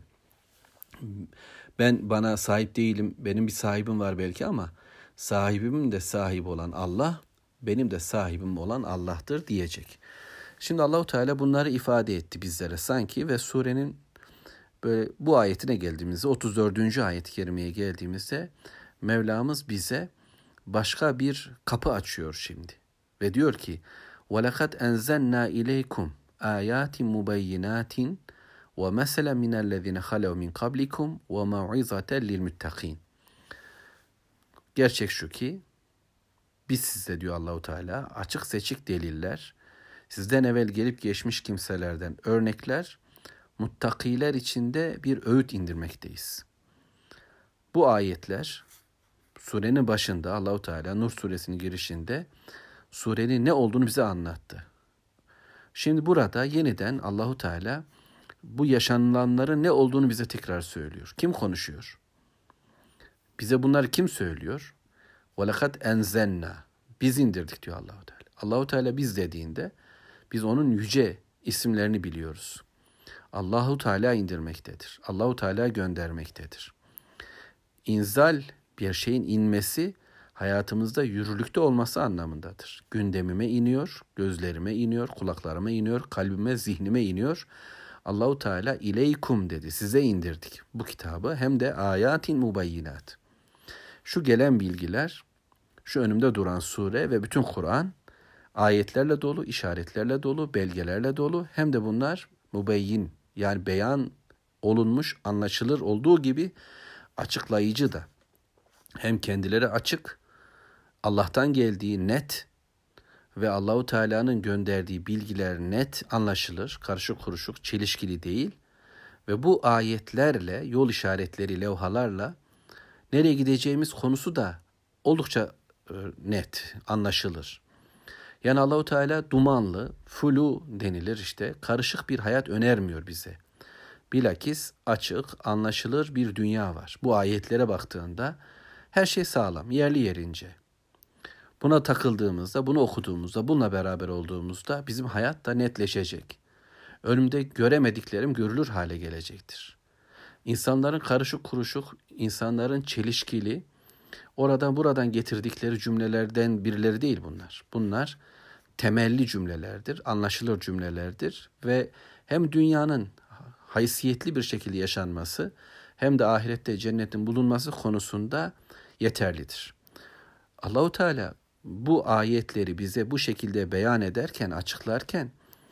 Ben bana sahip değilim, benim bir sahibim var belki ama sahibimin de sahibi olan Allah, benim de sahibim olan Allah'tır diyecek. Şimdi Allahu Teala bunları ifade etti bizlere sanki ve surenin böyle bu ayetine geldiğimizde otuz dördüncü ayet-i kerimeye geldiğimizde Mevlamız bize başka bir kapı açıyor şimdi. Ve diyor ki وَلَقَدْ أَنْزَلْنَا إِلَيْكُمْ آيَاتٍ مُبَيِّنَاتٍ وَمَثَلًا مِنَ الَّذِينَ خَلَوْا مِنْ قَبْلِكُمْ وَمَوْعِظَةً لِلْمُتَّقِينَ. Gerçek şu ki biz size diyor Allahu Teala açık seçik deliller, sizden evvel gelip geçmiş kimselerden örnekler, muttakiler içinde bir öğüt indirmekteyiz. Bu ayetler surenin başında Allahu Teala Nur suresinin girişinde surenin ne olduğunu bize anlattı. Şimdi burada yeniden Allahu Teala bu yaşanılanların ne olduğunu bize tekrar söylüyor. Kim konuşuyor? Bize bunları kim söylüyor? وَلَقَدْ اَنْزَلْنَا Biz indirdik diyor Allah-u Teala. Allah-u Teala biz dediğinde biz onun yüce isimlerini biliyoruz. Allah-u Teala indirmektedir. Allah-u Teala göndermektedir. İnzal, bir şeyin inmesi hayatımızda yürürlükte olması anlamındadır. Gündemime iniyor, gözlerime iniyor, kulaklarıma iniyor, kalbime, zihnime iniyor. Allah-u Teala ileykum dedi. Size indirdik bu kitabı, hem de ayatin mubayyinat. Şu gelen bilgiler, şu önümde duran sure ve bütün Kur'an ayetlerle dolu, işaretlerle dolu, belgelerle dolu. Hem de bunlar mübeyyin, yani beyan olunmuş, anlaşılır olduğu gibi açıklayıcı da. Hem kendileri açık, Allah'tan geldiği net ve Allahu Teala'nın gönderdiği bilgiler net, anlaşılır, karışık kuruşuk, çelişkili değil. Ve bu ayetlerle, yol işaretleri, levhalarla nereye gideceğimiz konusu da oldukça net, anlaşılır. Yani Allahu Teala dumanlı, flu denilir işte, karışık bir hayat önermiyor bize. Bilakis açık, anlaşılır bir dünya var. Bu ayetlere baktığında her şey sağlam, yerli yerince. Buna takıldığımızda, bunu okuduğumuzda, bununla beraber olduğumuzda bizim hayat da netleşecek. Önümde göremediklerim görülür hale gelecektir. İnsanların karışık kuruşuk, insanların çelişkili, oradan buradan getirdikleri cümlelerden birileri değil bunlar. Bunlar temelli cümlelerdir, anlaşılır cümlelerdir ve hem dünyanın haysiyetli bir şekilde yaşanması hem de ahirette cennetin bulunması konusunda yeterlidir. Allahu Teala bu ayetleri bize bu şekilde beyan ederken, açıklarken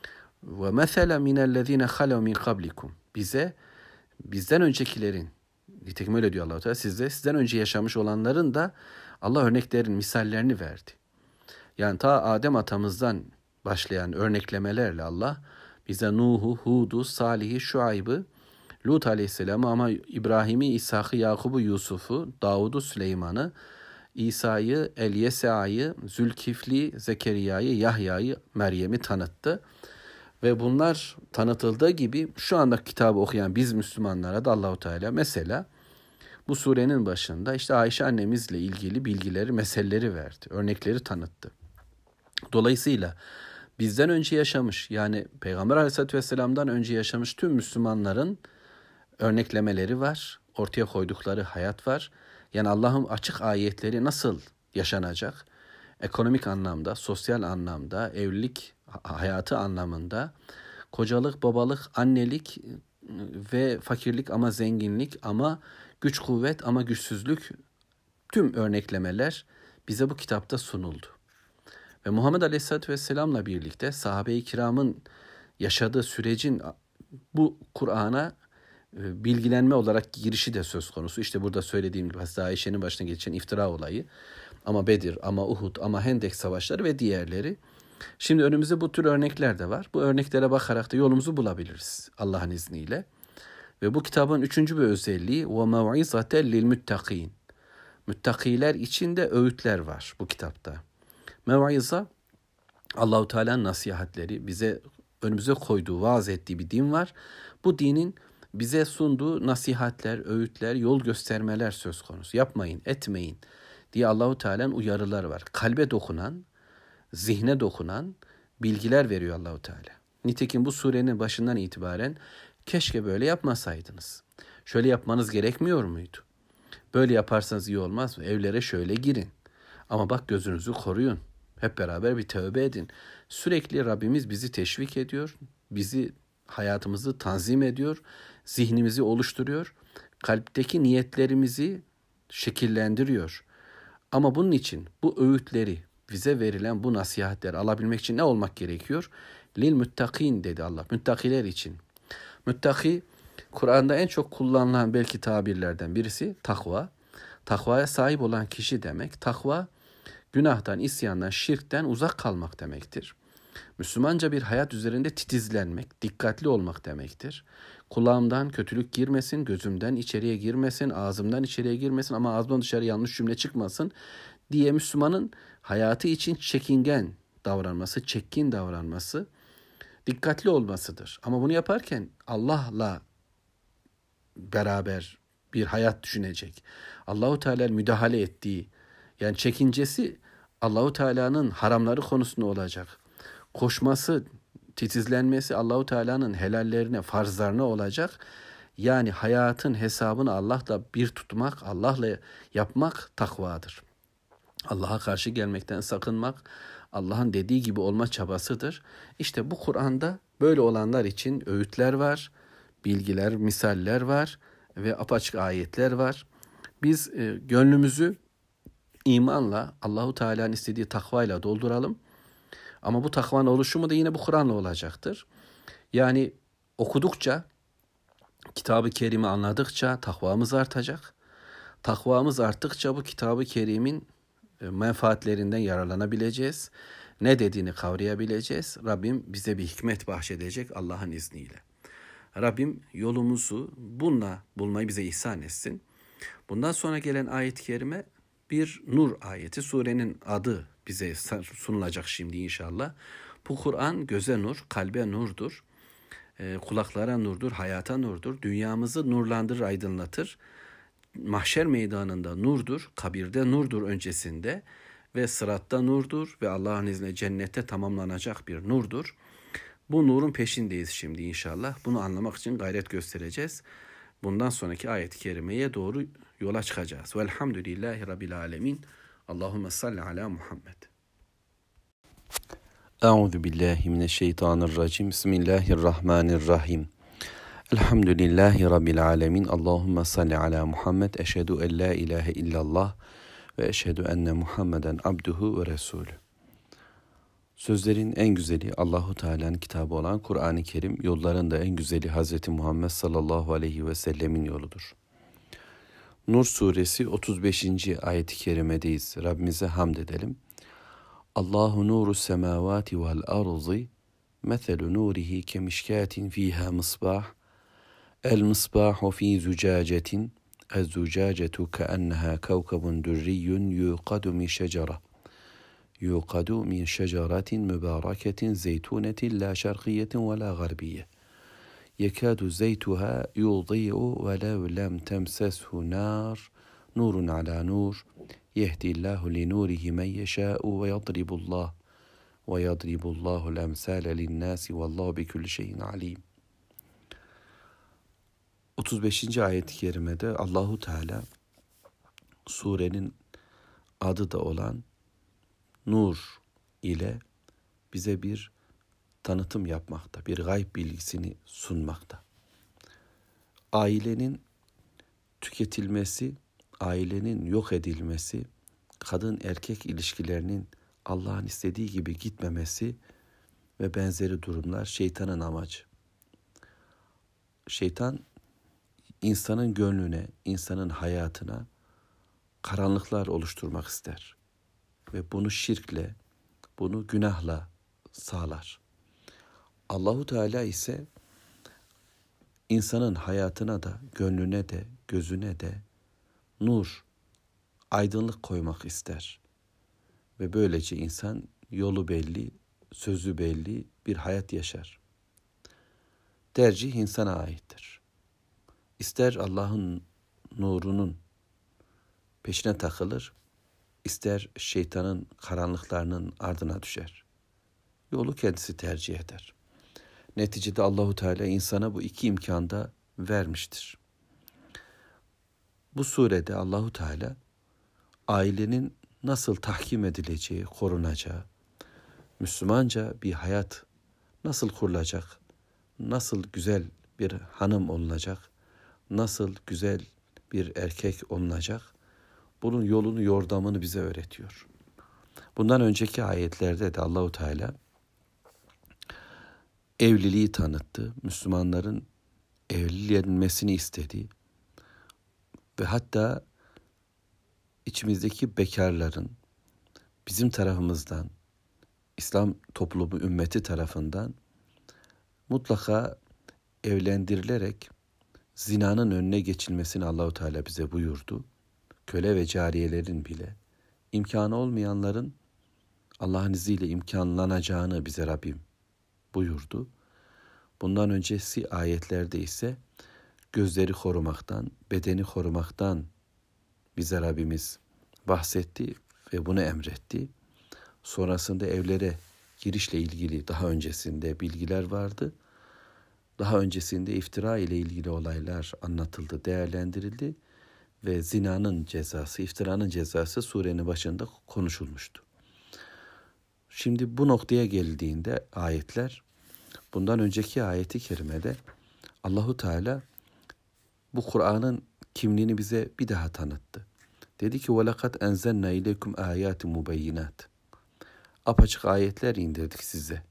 ve mesela minellezine halav min kablikum, bize bizden öncekilerin, nitekim öyle diyor Allah-u Teala, sizde sizden önce yaşamış olanların da Allah örneklerin misallerini verdi. Yani ta Adem atamızdan başlayan örneklemelerle Allah bize Nuh'u, Hud'u, Salih'i, Şuayb'ı, Lut aleyhisselamı, ama İbrahim'i, İshak'ı, Yakub'u, Yusuf'u, Davud'u, Süleyman'ı, İsa'yı, Elyesa'yı, Zülkifli, Zekeriya'yı, Yahya'yı, Meryem'i tanıttı. Ve bunlar tanıtıldığı gibi şu anda kitabı okuyan biz Müslümanlara da Allahu Teala mesela bu surenin başında işte Ayşe annemizle ilgili bilgileri, meseleleri verdi. Örnekleri tanıttı. Dolayısıyla bizden önce yaşamış, yani Peygamber Aleyhisselatü Vesselam'dan önce yaşamış tüm Müslümanların örneklemeleri var. Ortaya koydukları hayat var. Yani Allah'ın açık ayetleri nasıl yaşanacak? Ekonomik anlamda, sosyal anlamda, evlilik hayatı anlamında, kocalık, babalık, annelik ve fakirlik ama zenginlik, ama güç kuvvet ama güçsüzlük, tüm örneklemeler bize bu kitapta sunuldu. Ve Muhammed Aleyhisselatü Vesselam'la birlikte sahabe-i kiramın yaşadığı sürecin bu Kur'an'a bilgilenme olarak girişi de söz konusu. İşte burada söylediğim gibi Hazreti Ayşe'nin başına geçen iftira olayı, ama Bedir, ama Uhud, ama Hendek savaşları ve diğerleri. Şimdi önümüzde bu tür örnekler de var. Bu örneklere bakarak da yolumuzu bulabiliriz Allah'ın izniyle. Ve bu kitabın üçüncü bir özelliği وَمَوْعِزَةً لِلْمُتَّقِينَ. Müttakiler için de öğütler var bu kitapta. Mev'iza, Allahu Teala'nın nasihatleri, bize önümüze koyduğu, vaaz ettiği bir din var. Bu dinin bize sunduğu nasihatler, öğütler, yol göstermeler söz konusu. Yapmayın, etmeyin diye Allahu Teala'nın uyarıları var. Kalbe dokunan, zihne dokunan bilgiler veriyor Allahu Teala. Nitekim bu surenin başından itibaren keşke böyle yapmasaydınız, şöyle yapmanız gerekmiyor muydu? Böyle yaparsanız iyi olmaz mı? Evlere şöyle girin. Ama bak gözünüzü koruyun. Hep beraber bir tövbe edin. Sürekli Rabbimiz bizi teşvik ediyor. Bizi, hayatımızı tanzim ediyor. Zihnimizi oluşturuyor. Kalpteki niyetlerimizi şekillendiriyor. Ama bunun için bu öğütleri, bize verilen bu nasihatleri alabilmek için ne olmak gerekiyor? Lil muttakin dedi Allah. Müttakiler için. Müttaki, Kur'an'da en çok kullanılan belki tabirlerden birisi takva. Takvaya sahip olan kişi demek. Takva, günahtan, isyandan, şirkten uzak kalmak demektir. Müslümanca bir hayat üzerinde titizlenmek, dikkatli olmak demektir. Kulağımdan kötülük girmesin, gözümden içeriye girmesin, ağzımdan içeriye girmesin ama ağzımdan dışarı yanlış cümle çıkmasın diye Müslümanın hayatı için çekingen davranması, çekkin davranması, dikkatli olmasıdır. Ama bunu yaparken Allah'la beraber bir hayat düşünecek. Allahu Teala müdahale ettiği, yani çekincesi Allahu Teala'nın haramları konusunda olacak. Koşması, titizlenmesi Allahu Teala'nın helallerine, farzlarına olacak. Yani hayatın hesabını Allah'la bir tutmak, Allah'la yapmak takvadır. Allah'a karşı gelmekten sakınmak, Allah'ın dediği gibi olma çabasıdır. İşte bu Kur'an'da böyle olanlar için öğütler var, bilgiler, misaller var ve apaçık ayetler var. Biz e, gönlümüzü imanla, Allahu Teala'nın istediği takvayla dolduralım. Ama bu takvanın oluşumu da yine bu Kur'an'la olacaktır. Yani okudukça, Kitab-ı Kerim'i anladıkça takvamız artacak. Takvamız arttıkça bu Kitab-ı Kerim'in menfaatlerinden yararlanabileceğiz. Ne dediğini kavrayabileceğiz. Rabbim bize bir hikmet bahşedecek Allah'ın izniyle. Rabbim yolumuzu bununla bulmayı bize ihsan etsin. Bundan sonra gelen ayet-i kerime bir nur ayeti. Surenin adı bize sunulacak şimdi inşallah. Bu Kur'an göze nur, kalbe nurdur. E, kulaklara nurdur, hayata nurdur. Dünyamızı nurlandırır, aydınlatır. Mahşer meydanında nurdur, kabirde nurdur öncesinde ve sıratta nurdur ve Allah'ın izniyle cennette tamamlanacak bir nurdur. Bu nurun peşindeyiz şimdi inşallah. Bunu anlamak için gayret göstereceğiz. Bundan sonraki ayet-i kerimeye doğru yola çıkacağız. Velhamdülillahi Rabbil alemin. Allahümme salli ala Muhammed. Euzu billahi mineşşeytanirracim. Bismillahirrahmanirrahim. Elhamdülillahi Rabbil alemin. Allahümme salli ala Muhammed. Eşhedü en la ilahe illallah ve eşhedü enne Muhammeden abduhu ve resulü. Sözlerin en güzeli Allahu Teala'nın kitabı olan Kur'an-ı Kerim, yolların da en güzeli Hazreti Muhammed sallallahu aleyhi ve sellemin yoludur. Nur suresi otuz beşinci ayet-i kerimedeyiz. Rabbimize hamd edelim. Allahu nuru semavati vel ardı meselu nurihi kemişkatin fiha misbah el misbahu fi zucacetin ez zucacetu keenneha kevkebun durriyun yuqadu min şecere yuqadu min şeceratin mübareketin zeytunetin la şerkiyetin ve la garbiye yekadu zeytuha yudi'u ve lev lem temseshu nar nurun ala nur yehdillahu li nurihi men yeşâ'u ve yadribullah ve yadribullahul emsâle linnâsi vallahu bi kulli şeyin alim. otuz beşinci ayet-i kerimede Allahu Teala surenin adı da olan Nur ile bize bir tanıtım yapmakta, bir gayb bilgisini sunmakta. Ailenin tüketilmesi, ailenin yok edilmesi, kadın erkek ilişkilerinin Allah'ın istediği gibi gitmemesi ve benzeri durumlar şeytanın amacı. Şeytan insanın gönlüne, insanın hayatına karanlıklar oluşturmak ister. Ve bunu şirkle, bunu günahla sağlar. Allahu Teala ise insanın hayatına da, gönlüne de, gözüne de nur, aydınlık koymak ister. Ve böylece insan yolu belli, sözü belli bir hayat yaşar. Tercih insana aittir. İster Allah'ın nurunun peşine takılır, ister şeytanın karanlıklarının ardına düşer. Yolu kendisi tercih eder. Neticede Allahu Teala insana bu iki imkanda vermiştir. Bu surede Allahu Teala ailenin nasıl tahkim edileceği, korunacağı, Müslümanca bir hayat nasıl kurulacak, nasıl güzel bir hanım olunacak, nasıl güzel bir erkek olunacak, bunun yolunu, yordamını bize öğretiyor. Bundan önceki ayetlerde de Allahu Teala evliliği tanıttı. Müslümanların evlenmesini istedi. Ve hatta içimizdeki bekarların bizim tarafımızdan, İslam toplumu, ümmeti tarafından mutlaka evlendirilerek zinanın önüne geçilmesini Allahu Teala bize buyurdu. Köle ve cariyelerin bile, imkanı olmayanların Allah'ın izniyle imkanlanacağını bize Rabbim buyurdu. Bundan öncesi ayetlerde ise gözleri korumaktan, bedeni korumaktan bize Rabbimiz bahsetti ve bunu emretti. Sonrasında evlere girişle ilgili daha öncesinde bilgiler vardı. Daha öncesinde iftira ile ilgili olaylar anlatıldı, değerlendirildi ve zinanın cezası, iftiranın cezası surenin başında konuşulmuştu. Şimdi bu noktaya geldiğinde ayetler, bundan önceki ayeti kerimede Allahu Teala bu Kur'an'ın kimliğini bize bir daha tanıttı. Dedi ki وَلَقَدْ اَنْزَلْنَا اِلَيْكُمْ آيَاتٍ مُبَيِّنَاتٍ. Apaçık ayetler indirdik size.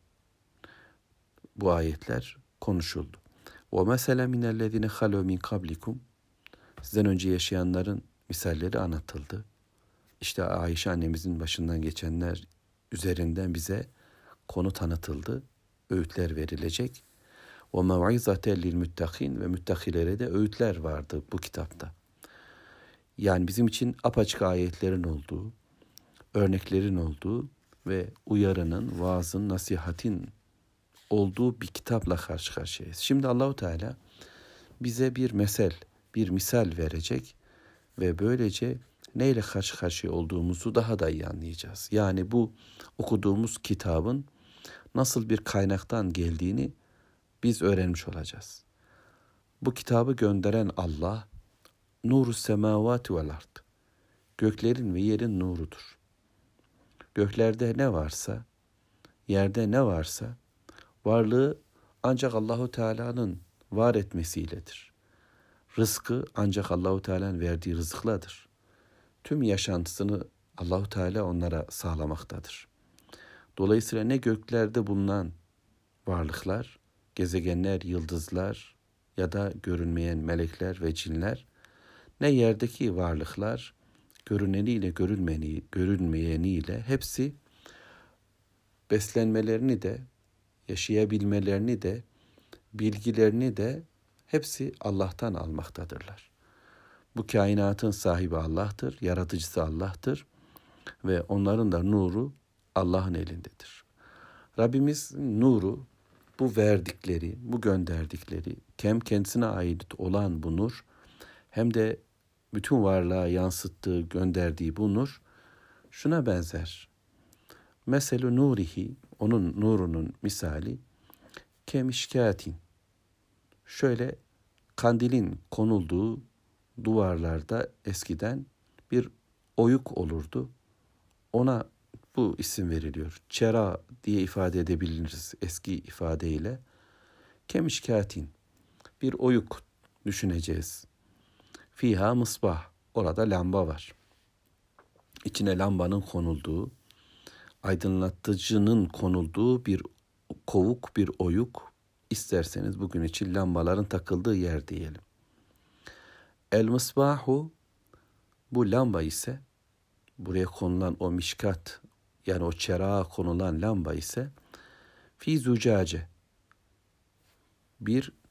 Bu ayetler konuşuldu. وَمَثَلًا مِنَ الَّذِينَ خَلَوْا مِنْ قَبْلِكُمْ. Sizden önce yaşayanların misalleri anlatıldı. İşte Ayşe annemizin başından geçenler üzerinden bize konu tanıtıldı. Öğütler verilecek. وَمَوْعِزَةً لِلْمُتَّقِينَ. Ve müttakilere de öğütler vardı bu kitapta. Yani bizim için apaçık ayetlerin olduğu, örneklerin olduğu ve uyarının, vaazın, nasihatin olduğu bir kitapla karşı karşıyayız. Şimdi Allahu Teala bize bir mesel, bir misal verecek ve böylece neyle karşı karşıya olduğumuzu daha da iyi anlayacağız. Yani bu okuduğumuz kitabın nasıl bir kaynaktan geldiğini biz öğrenmiş olacağız. Bu kitabı gönderen Allah, nuru semavati vel ard. Göklerin ve yerin nurudur. Göklerde ne varsa, yerde ne varsa, varlığı ancak Allahu Teala'nın var etmesiyledir. Rızkı ancak Allahu Teala'nın verdiği rızıkladır. Tüm yaşantısını Allahu Teala onlara sağlamaktadır. Dolayısıyla ne göklerde bulunan varlıklar, gezegenler, yıldızlar ya da görünmeyen melekler ve cinler, ne yerdeki varlıklar, görüneniyle görünmeni, görünmeyeniyle hepsi beslenmelerini de, yaşayabilmelerini de, bilgilerini de hepsi Allah'tan almaktadırlar. Bu kainatın sahibi Allah'tır, yaratıcısı Allah'tır ve onların da nuru Allah'ın elindedir. Rabbimiz nuru, bu verdikleri, bu gönderdikleri, hem kendisine ait olan bu nur, hem de bütün varlığa yansıttığı, gönderdiği bu nur, şuna benzer. Meselu nurihi, onun nurunun misali, kemişkâtin. Şöyle kandilin konulduğu duvarlarda eskiden bir oyuk olurdu. Ona bu isim veriliyor. Çera diye ifade edebiliriz eski ifadeyle. Kemişkâtin. Bir oyuk düşüneceğiz. Fiha mısbah. Orada lamba var. İçine lambanın konulduğu, aydınlatıcının konulduğu bir kovuk, bir oyuk. İsterseniz bugün için lambaların takıldığı yer diyelim. El mısbahu, bu lamba ise, buraya konulan o mişkat, yani o çerağa konulan lamba ise, fi zucace, bir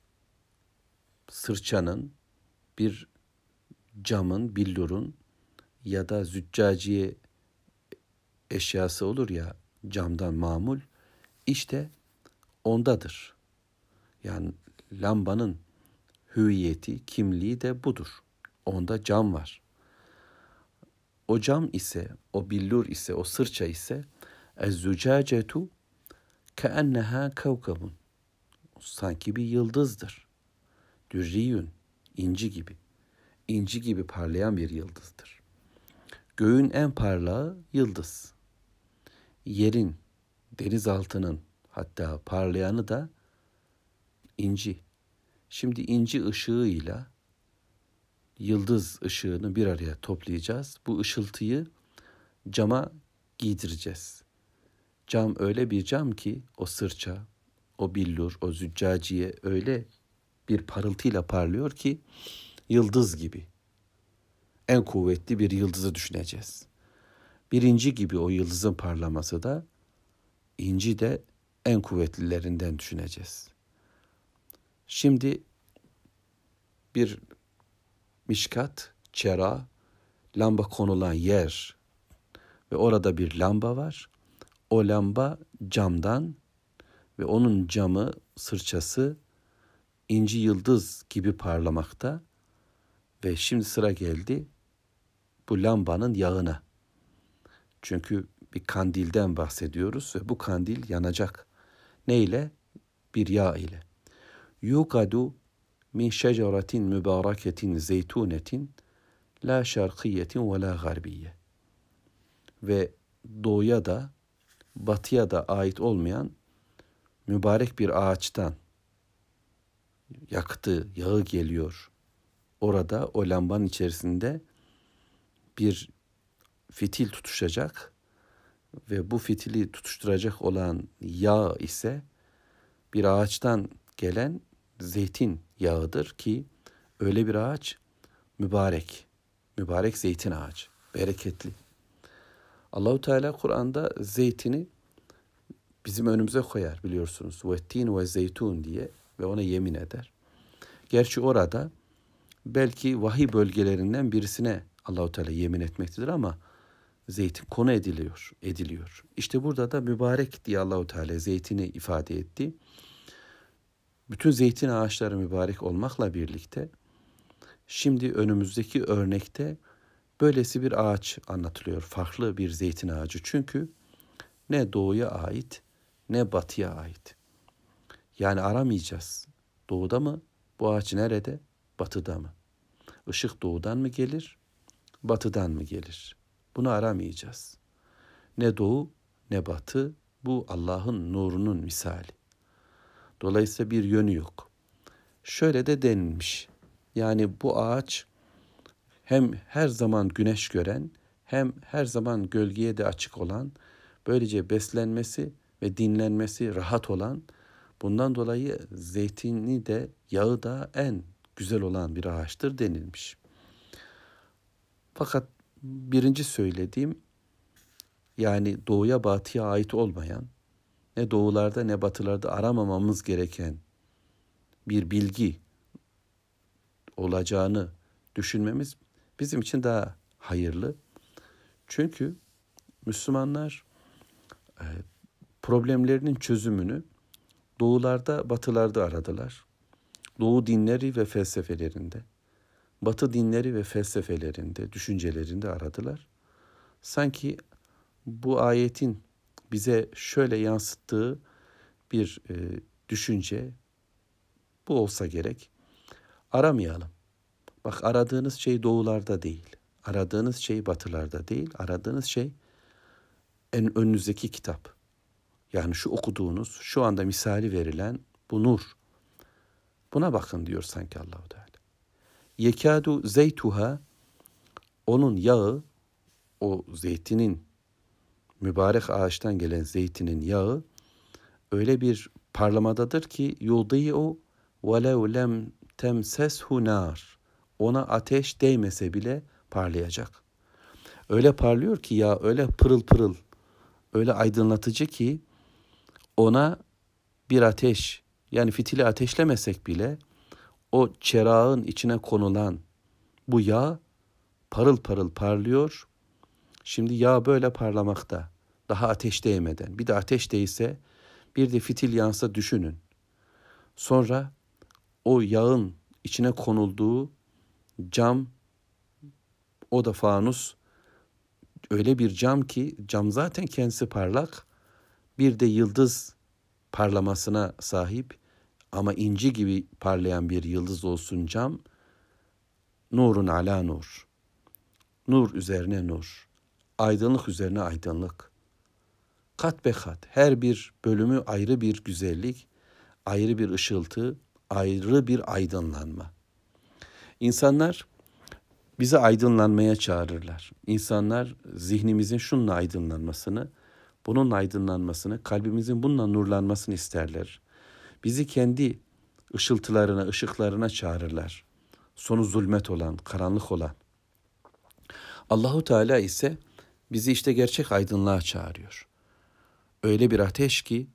sırçanın, bir camın, billurun ya da züccaciye eşyası olur ya, camdan mamul, işte ondadır. Yani lambanın hüviyeti, kimliği de budur. Onda cam var. O cam ise, o billur ise, o sırça ise ez-zücacetu keenneha kevkebun. Sanki bir yıldızdır. Dürriyün, inci gibi. İnci gibi parlayan bir yıldızdır. Göğün en parlağı yıldız. Yerin, denizaltının hatta parlayanı da inci. Şimdi inci ışığıyla yıldız ışığını bir araya toplayacağız. Bu ışıltıyı cama giydireceğiz. Cam öyle bir cam ki o sırça, o billur, o züccaciye öyle bir parıltıyla parlıyor ki yıldız gibi. En kuvvetli bir yıldızı düşüneceğiz. Birinci gibi o yıldızın parlaması da inci de en kuvvetlilerinden düşüneceğiz. Şimdi bir mişkat, çera, lamba konulan yer ve orada bir lamba var. O lamba camdan ve onun camı, sırçası inci yıldız gibi parlamakta ve şimdi sıra geldi bu lambanın yağına. Çünkü bir kandilden bahsediyoruz ve bu kandil yanacak. Ne ile? Bir yağ ile. Yukadu min şeceratin mübareketin zeytunetin la şarkiyetin ve la garbiye. Ve doğuya da batıya da ait olmayan mübarek bir ağaçtan yaktı, yağı geliyor. Orada o lambanın içerisinde bir fitil tutuşacak ve bu fitili tutuşturacak olan yağ ise bir ağaçtan gelen zeytin yağıdır ki öyle bir ağaç mübarek, mübarek zeytin ağacı, bereketli. Allahu Teala Kur'an'da zeytini bizim önümüze koyar biliyorsunuz. Vettin ve zeytun diye ve ona yemin eder. Gerçi orada belki vahiy bölgelerinden birisine Allahu Teala yemin etmektedir ama zeytin konu ediliyor, ediliyor. İşte burada da mübarek diye Allahu Teala zeytini ifade etti. Bütün zeytin ağaçları mübarek olmakla birlikte şimdi önümüzdeki örnekte böylesi bir ağaç anlatılıyor. Farklı bir zeytin ağacı. Çünkü ne doğuya ait ne batıya ait. Yani aramayacağız. Doğuda mı? Bu ağaç nerede? Batıda mı? Işık doğudan mı gelir? Batıdan mı gelir? Bunu aramayacağız. Ne doğu ne batı. Bu Allah'ın nurunun misali. Dolayısıyla bir yönü yok. Şöyle de denilmiş. Yani bu ağaç hem her zaman güneş gören hem her zaman gölgeye de açık olan, böylece beslenmesi ve dinlenmesi rahat olan, bundan dolayı zeytini de yağı da en güzel olan bir ağaçtır denilmiş. Fakat birinci söylediğim, yani doğuya batıya ait olmayan, ne doğularda ne batılarda aramamamız gereken bir bilgi olacağını düşünmemiz bizim için daha hayırlı. Çünkü Müslümanlar problemlerinin çözümünü doğularda, batılarda aradılar. Doğu dinleri ve felsefelerinde, batı dinleri ve felsefelerinde, düşüncelerinde aradılar. Sanki bu ayetin bize şöyle yansıttığı bir e, düşünce bu olsa gerek. Aramayalım. Bak, aradığınız şey doğularda değil. Aradığınız şey batılarda değil. Aradığınız şey en önünüzdeki kitap. Yani şu okuduğunuz, şu anda misali verilen bu nur. Buna bakın diyor sanki Allah-u Teala. Yekadu zeytuha, onun yağı, o zeytinin, mübarek ağaçtan gelen zeytinin yağı öyle bir parlamadadır ki yudî'u velev lem temseshu nar. Ona ateş değmese bile parlayacak. Öyle parlıyor ki ya, öyle pırıl pırıl, öyle aydınlatıcı ki ona bir ateş, yani fitili ateşlemesek bile o çerağın içine konulan bu yağ parıl parıl parlıyor. Şimdi yağ böyle parlamakta, daha ateş değmeden. Bir de ateş değse, bir de fitil yansa düşünün. Sonra o yağın içine konulduğu cam, o da fanus, öyle bir cam ki cam zaten kendisi parlak, bir de yıldız parlamasına sahip ama inci gibi parlayan bir yıldız olsun cam. Nurun ala nur. Nur üzerine nur. Aydınlık üzerine aydınlık. Kat be kat. Her bir bölümü ayrı bir güzellik, ayrı bir ışıltı, ayrı bir aydınlanma. İnsanlar bizi aydınlanmaya çağırırlar. İnsanlar zihnimizin şununla aydınlanmasını, bunun aydınlanmasını, kalbimizin bununla nurlanmasını isterler. Bizi kendi ışıltılarına, ışıklarına çağırırlar. Sonu zulmet olan, karanlık olan. Allahu Teala ise bizi işte gerçek aydınlığa çağırıyor. Öyle bir ateş ki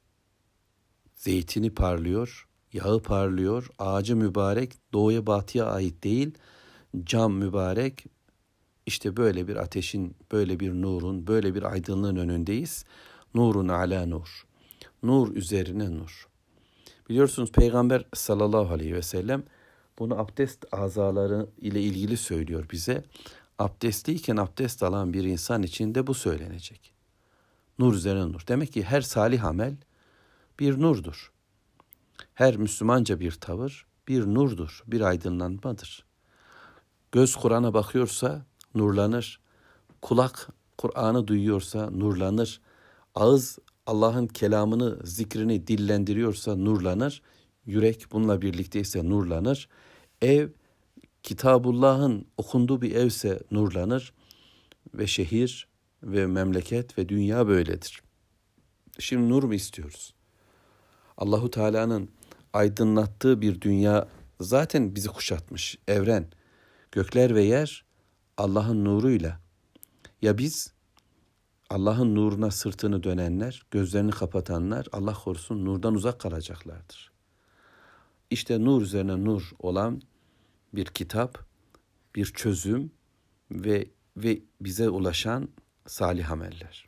zeytini parlıyor, yağı parlıyor, ağacı mübarek, doğuya batıya ait değil, cam mübarek. İşte böyle bir ateşin, böyle bir nurun, böyle bir aydınlığın önündeyiz. Nurun ala nur. Nur üzerine nur. Biliyorsunuz Peygamber sallallahu aleyhi ve sellem bunu abdest azaları ile ilgili söylüyor bize. Abdestliyken abdest alan bir insan için de bu söylenecek. Nur üzerine nur. Demek ki her salih amel bir nurdur. Her Müslümanca bir tavır bir nurdur, bir aydınlanmadır. Göz Kur'an'a bakıyorsa nurlanır. Kulak Kur'an'ı duyuyorsa nurlanır. Ağız Allah'ın kelamını, zikrini dillendiriyorsa nurlanır. Yürek bununla birlikteyse nurlanır. Ev Kitabullah'ın okunduğu bir evse nurlanır. Ve şehir ve memleket ve dünya böyledir. Şimdi nur mu istiyoruz? Allahu Teala'nın aydınlattığı bir dünya zaten bizi kuşatmış. Evren, gökler ve yer Allah'ın nuruyla. Ya biz Allah'ın nuruna sırtını dönenler, gözlerini kapatanlar Allah korusun nurdan uzak kalacaklardır. İşte nur üzerine nur olan bir kitap, bir çözüm ve ve bize ulaşan salih ameller.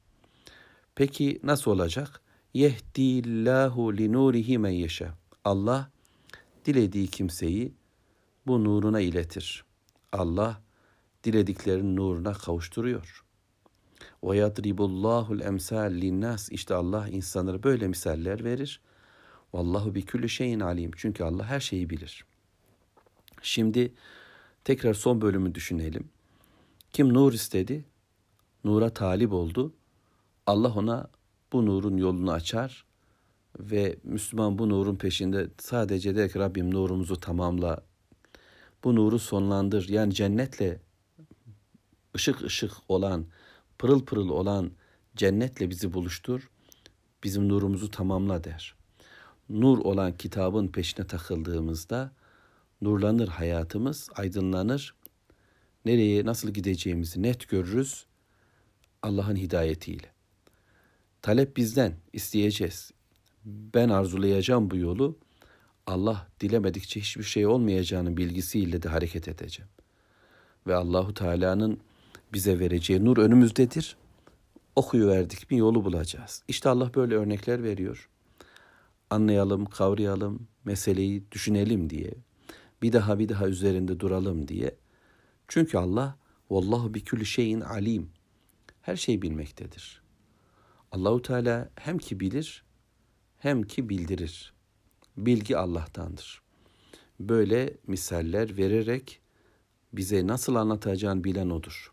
Peki nasıl olacak? Yehdillahu li nurihi men yeşâ. Allah dilediği kimseyi bu nuruna iletir. Allah dilediklerinin nuruna kavuşturuyor. Ve yadribullahul emsal linnas. İşte Allah insanlara böyle misaller verir. Vallahu bi kulli şeyin alim. Çünkü Allah her şeyi bilir. Şimdi tekrar son bölümü düşünelim. Kim nur istedi? Nura talip oldu. Allah ona bu nurun yolunu açar ve Müslüman bu nurun peşinde sadece der ki Rabbim nurumuzu tamamla, bu nuru sonlandır. Yani cennetle ışık ışık olan, pırıl pırıl olan cennetle bizi buluştur, bizim nurumuzu tamamla der. Nur olan kitabın peşine takıldığımızda nurlanır hayatımız, aydınlanır. Nereye, nasıl gideceğimizi net görürüz Allah'ın hidayetiyle. Talep bizden, isteyeceğiz. Ben arzulayacağım bu yolu. Allah dilemedikçe hiçbir şey olmayacağının bilgisiyle de hareket edeceğim. Ve Allahu Teala'nın bize vereceği nur önümüzdedir. Okuyuverdik mi yolu bulacağız. İşte Allah böyle örnekler veriyor. Anlayalım, kavrayalım, meseleyi düşünelim diye. Bir daha bir daha üzerinde duralım diye. Çünkü Allah vallahu bi kulli şeyin alim. Her şeyi bilmektedir. Allahu Teala hem ki bilir hem ki bildirir. Bilgi Allah'tandır. Böyle misaller vererek bize nasıl anlatacağını bilen odur.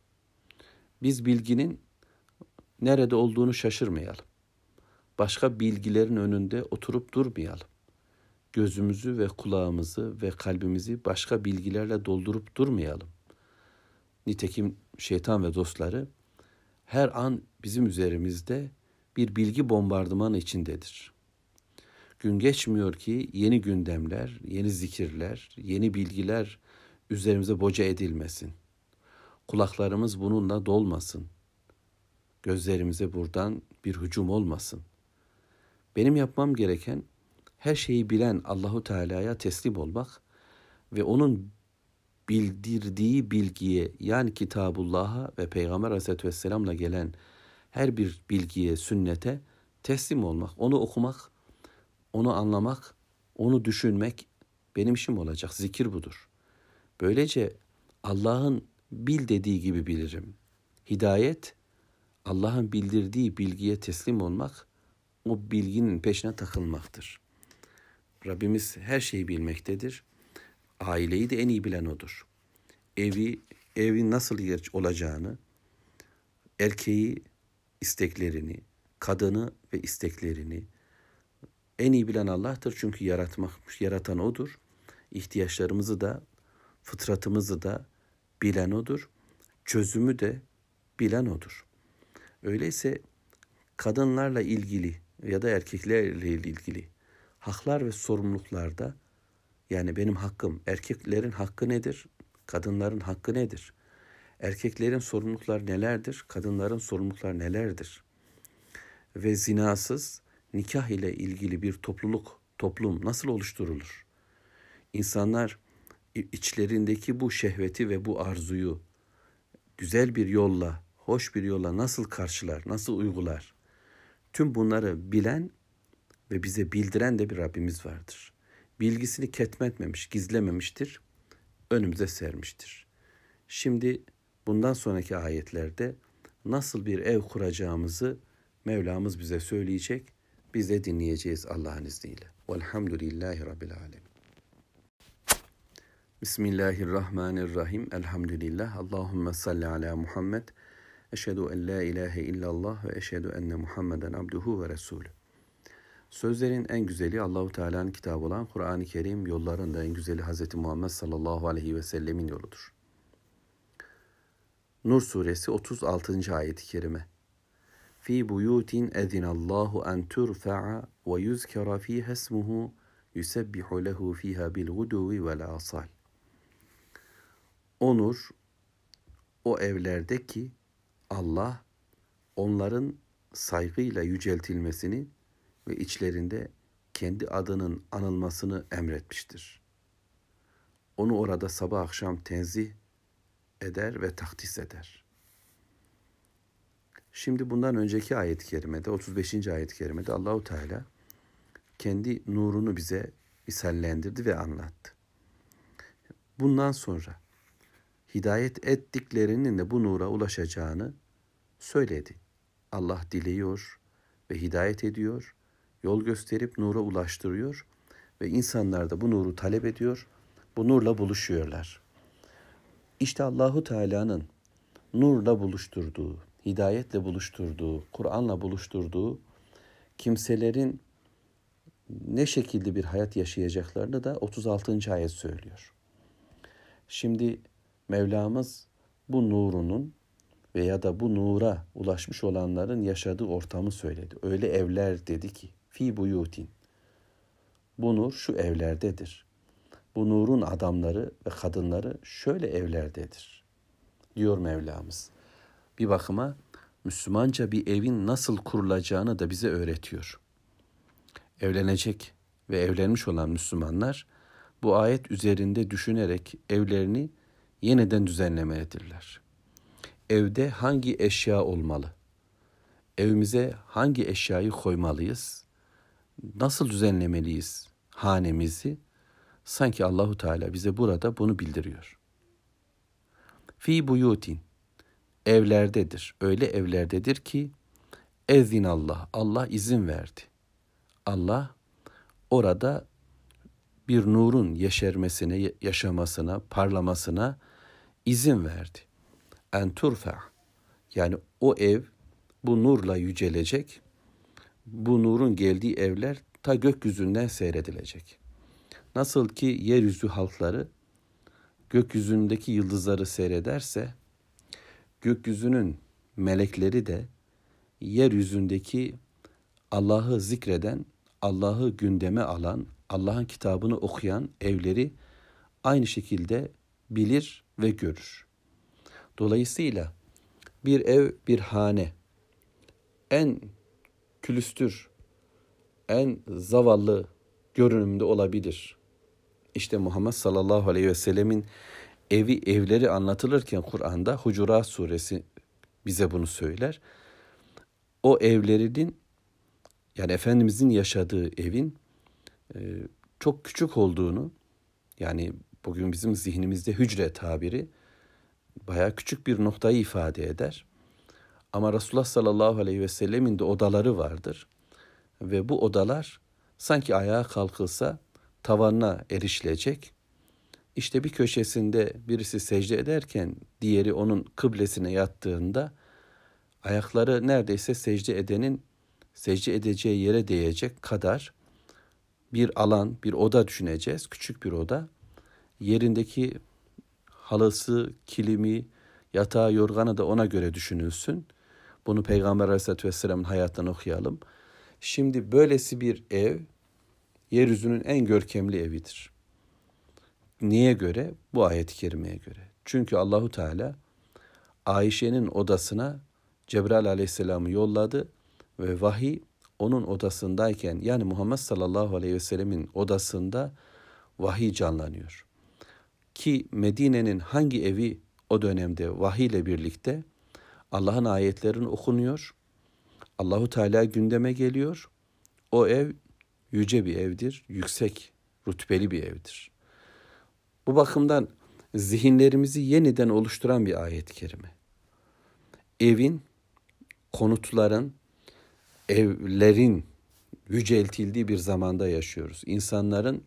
Biz bilginin nerede olduğunu şaşırmayalım. Başka bilgilerin önünde oturup durmayalım. Gözümüzü ve kulağımızı ve kalbimizi başka bilgilerle doldurup durmayalım. Nitekim şeytan ve dostları her an bizim üzerimizde bir bilgi bombardımanı içindedir. Gün geçmiyor ki yeni gündemler, yeni zikirler, yeni bilgiler üzerimize boca edilmesin. Kulaklarımız bununla dolmasın. Gözlerimize buradan bir hücum olmasın. Benim yapmam gereken her şeyi bilen Allahu Teala'ya teslim olmak ve onun bildirdiği bilgiye, yani Kitabullah'a ve Peygamber Aleyhisselatü Vesselam'la gelen her bir bilgiye, sünnete teslim olmak, onu okumak, onu anlamak, onu düşünmek benim işim olacak. Zikir budur. Böylece Allah'ın bil dediği gibi bilirim. Hidayet, Allah'ın bildirdiği bilgiye teslim olmak, o bilginin peşine takılmaktır. Rabbimiz her şeyi bilmektedir. Aileyi de en iyi bilen odur. Evi, evin nasıl olacağını, erkeği, isteklerini, kadını ve isteklerini en iyi bilen Allah'tır. Çünkü yaratmak, yaratan odur. İhtiyaçlarımızı da, fıtratımızı da bilen odur. Çözümü de bilen odur. Öyleyse kadınlarla ilgili ya da erkeklerle ilgili haklar ve sorumluluklarda, yani benim hakkım, erkeklerin hakkı nedir? Kadınların hakkı nedir? Erkeklerin sorumlulukları nelerdir? Kadınların sorumlulukları nelerdir? Ve zinasız nikah ile ilgili bir topluluk, toplum nasıl oluşturulur? İnsanlar içlerindeki bu şehveti ve bu arzuyu güzel bir yolla, hoş bir yolla nasıl karşılar, nasıl uygular? Tüm bunları bilen ve bize bildiren de bir Rabbimiz vardır. Bilgisini ketmetmemiş, gizlememiştir, önümüze sermiştir. Şimdi bundan sonraki ayetlerde nasıl bir ev kuracağımızı Mevlamız bize söyleyecek. Biz de dinleyeceğiz Allah'ın izniyle. Velhamdülillahi Rabbil alemin. Bismillahirrahmanirrahim. Elhamdülillah. Allahümme salli ala Muhammed. Eşhedü en la ilahe illallah ve eşhedü enne Muhammeden abduhu ve resulü. Sözlerin en güzeli Allahu Teala'nın kitabı olan Kur'an-ı Kerim, yolların da en güzeli Hz. Muhammed sallallahu aleyhi ve sellemin yoludur. Nur suresi otuz altıncı ayet-i kerime. Fi buyutin ezinallahu en turfa'a ve yuzkara fiha ismuhu yusebbihu lehu fiha bil guduvi vel asal. O nur, o evlerdeki Allah onların saygıyla yüceltilmesini ve içlerinde kendi adının anılmasını emretmiştir. Onu orada sabah akşam tenzih eder ve takdis eder. Şimdi bundan önceki ayet-i kerimede, otuz beşinci ayet-i kerimede Allahu Teala kendi nurunu bize misallendirdi ve anlattı. Bundan sonra hidayet ettiklerinin de bu nura ulaşacağını söyledi. Allah diliyor ve hidayet ediyor, yol gösterip nura ulaştırıyor ve insanlar da bu nuru talep ediyor, bu nurla buluşuyorlar. İşte Allahu Teala'nın nurla buluşturduğu, hidayetle buluşturduğu, Kur'an'la buluşturduğu kimselerin ne şekilde bir hayat yaşayacaklarını da otuz altıncı ayet söylüyor. Şimdi Mevlamız bu nurunun veya da bu nura ulaşmış olanların yaşadığı ortamı söyledi. Öyle evler dedi ki, fi buyutin. Bu nur şu evlerdedir. Bu nurun adamları ve kadınları şöyle evlerdedir, diyor Mevlamız. Bir bakıma Müslümanca bir evin nasıl kurulacağını da bize öğretiyor. Evlenecek ve evlenmiş olan Müslümanlar bu ayet üzerinde düşünerek evlerini yeniden düzenlemelidirler. Evde hangi eşya olmalı? Evimize hangi eşyayı koymalıyız? Nasıl düzenlemeliyiz hanemizi? Sanki Allahu Teala bize burada bunu bildiriyor. Fi buyutin, evlerdedir. Öyle evlerdedir ki ezinallah, Allah izin verdi. Allah orada bir nurun yeşermesine, yaşamasına, parlamasına izin verdi. En turfa, yani o ev bu nurla yücelecek. Bu nurun geldiği evler ta gökyüzünden seyredilecek. Nasıl ki yeryüzü halkları gökyüzündeki yıldızları seyrederse, gökyüzünün melekleri de yeryüzündeki Allah'ı zikreden, Allah'ı gündeme alan, Allah'ın kitabını okuyan evleri aynı şekilde bilir ve görür. Dolayısıyla bir ev, bir hane en külüstür, en zavallı görünümde olabilir. İşte Muhammed sallallahu aleyhi ve sellemin evi, evleri anlatılırken Kur'an'da Hucurat suresi bize bunu söyler. O evlerinin, yani Efendimizin yaşadığı evin e, çok küçük olduğunu, yani bugün bizim zihnimizde hücre tabiri bayağı küçük bir noktayı ifade eder. Ama Resulullah sallallahu aleyhi ve sellemin de odaları vardır. Ve bu odalar sanki ayağa kalkılsa tavanına erişilecek. İşte bir köşesinde birisi secde ederken diğeri onun kıblesine yattığında ayakları neredeyse secde edenin secde edeceği yere değecek kadar bir alan, bir oda düşüneceğiz. Küçük bir oda. Yerindeki halısı, kilimi, yatağı, yorganı da ona göre düşünülsün. Bunu Peygamber Aleyhisselatü Vesselam'ın hayatından okuyalım. Şimdi böylesi bir ev, yeryüzünün en görkemli evidir. Niye göre? Bu ayet-i kerimeye göre. Çünkü Allahu Teala Ayşe'nin odasına Cebrail Aleyhisselam'ı yolladı ve vahiy onun odasındayken, yani Muhammed sallallahu aleyhi ve sellemin odasında vahiy canlanıyor. Ki Medine'nin hangi evi o dönemde vahiy ile birlikte Allah'ın ayetlerini okunuyor, Allahu Teala gündeme geliyor. O ev yüce bir evdir, yüksek rütbeli bir evdir. Bu bakımdan zihinlerimizi yeniden oluşturan bir ayet-i kerime. Evin, konutların, evlerin yüceltildiği bir zamanda yaşıyoruz. İnsanların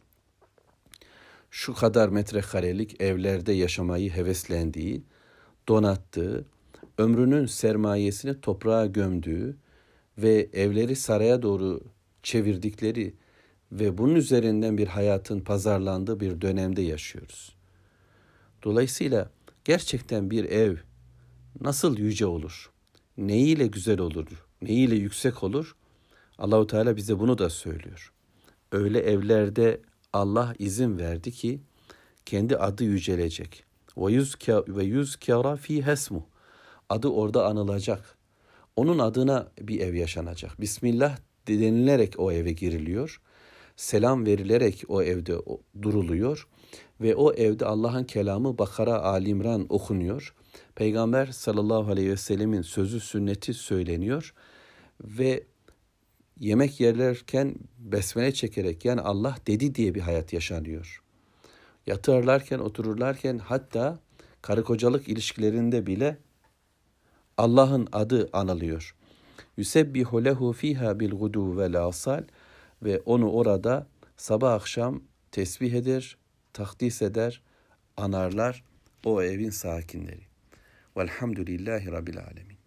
şu kadar metrekarelik evlerde yaşamayı heveslendiği, donattığı, ömrünün sermayesini toprağa gömdüğü ve evleri saraya doğru çevirdikleri ve bunun üzerinden bir hayatın pazarlandığı bir dönemde yaşıyoruz. Dolayısıyla gerçekten bir ev nasıl yüce olur? Neyiyle güzel olur? Neyiyle yüksek olur? Allahu Teala bize bunu da söylüyor. Öyle evlerde Allah izin verdi ki kendi adı yücelecek. Ve yuzkara fi hasmu. Adı orada anılacak. Onun adına bir ev yaşanacak. Bismillah denilerek o eve giriliyor. Selam verilerek o evde duruluyor. Ve o evde Allah'ın kelamı Bakara, Ali İmran okunuyor. Peygamber sallallahu aleyhi ve sellemin sözü, sünneti söyleniyor. Ve yemek yerlerken besmele çekerek, yani Allah dedi diye bir hayat yaşanıyor. Yatırlarken, otururlarken, hatta karı kocalık ilişkilerinde bile Allah'ın adı anılıyor. Yusebbihu lehu fiha bil gudu vel asal, ve onu orada sabah akşam tesbih eder, takdis eder, anarlar o evin sakinleri. Velhamdülillahi Rabbil alemin.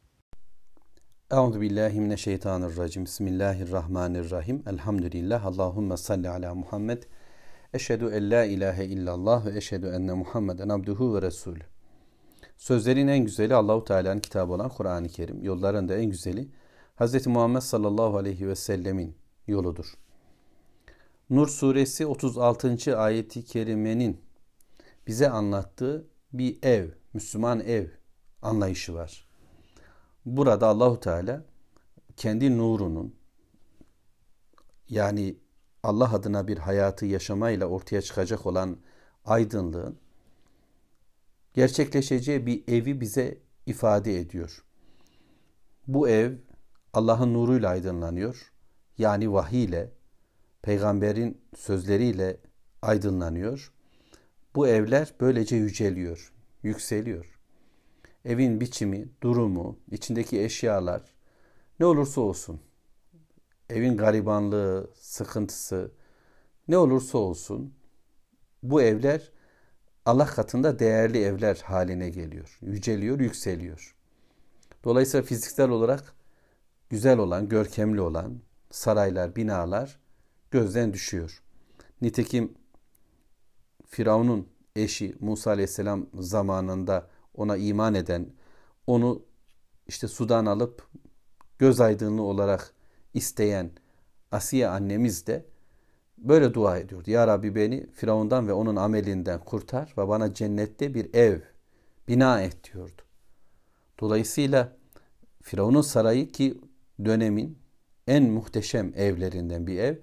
Euzu billahi mineşşeytanirracim. Bismillahirrahmanirrahim. Elhamdülillah. Allahumme salli ala Muhammed. Eşhedü en la ilahe illallah ve eşhedü enne Muhammeden abduhu ve resulü. Sözlerin en güzeli Allahu Teala'nın kitabı olan Kur'an-ı Kerim. Yolların da en güzeli Hz. Muhammed sallallahu aleyhi ve sellemin yoludur. Nur suresi otuz altıncı ayeti kerimenin bize anlattığı bir ev, Müslüman ev anlayışı var. Burada Allahu Teala kendi nurunun, yani Allah adına bir hayatı yaşamayla ortaya çıkacak olan aydınlığın gerçekleşeceği bir evi bize ifade ediyor. Bu ev Allah'ın nuruyla aydınlanıyor. Yani vahiy ile, peygamberin sözleriyle aydınlanıyor. Bu evler böylece yüceliyor, yükseliyor. Evin biçimi, durumu, içindeki eşyalar ne olursa olsun, evin garibanlığı, sıkıntısı ne olursa olsun, bu evler Allah katında değerli evler haline geliyor. Yüceliyor, yükseliyor. Dolayısıyla fiziksel olarak güzel olan, görkemli olan saraylar, binalar gözden düşüyor. Nitekim Firavun'un eşi Musa Aleyhisselam zamanında ona iman eden, onu işte sudan alıp göz aydınlığı olarak isteyen Asiye annemiz de böyle dua ediyordu. Ya Rabbi, beni Firavun'dan ve onun amelinden kurtar ve bana cennette bir ev bina et diyordu. Dolayısıyla Firavun'un sarayı, ki dönemin en muhteşem evlerinden bir ev,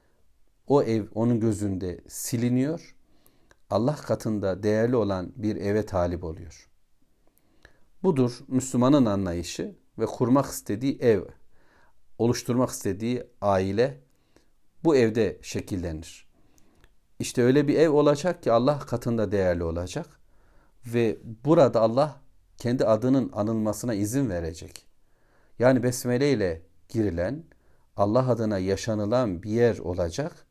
o ev onun gözünde siliniyor. Allah katında değerli olan bir eve talip oluyor. Budur Müslümanın anlayışı ve kurmak istediği ev, oluşturmak istediği aile bu evde şekillenir. İşte öyle bir ev olacak ki Allah katında değerli olacak ve burada Allah kendi adının anılmasına izin verecek. Yani besmele ile girilen, Allah adına yaşanılan bir yer olacak.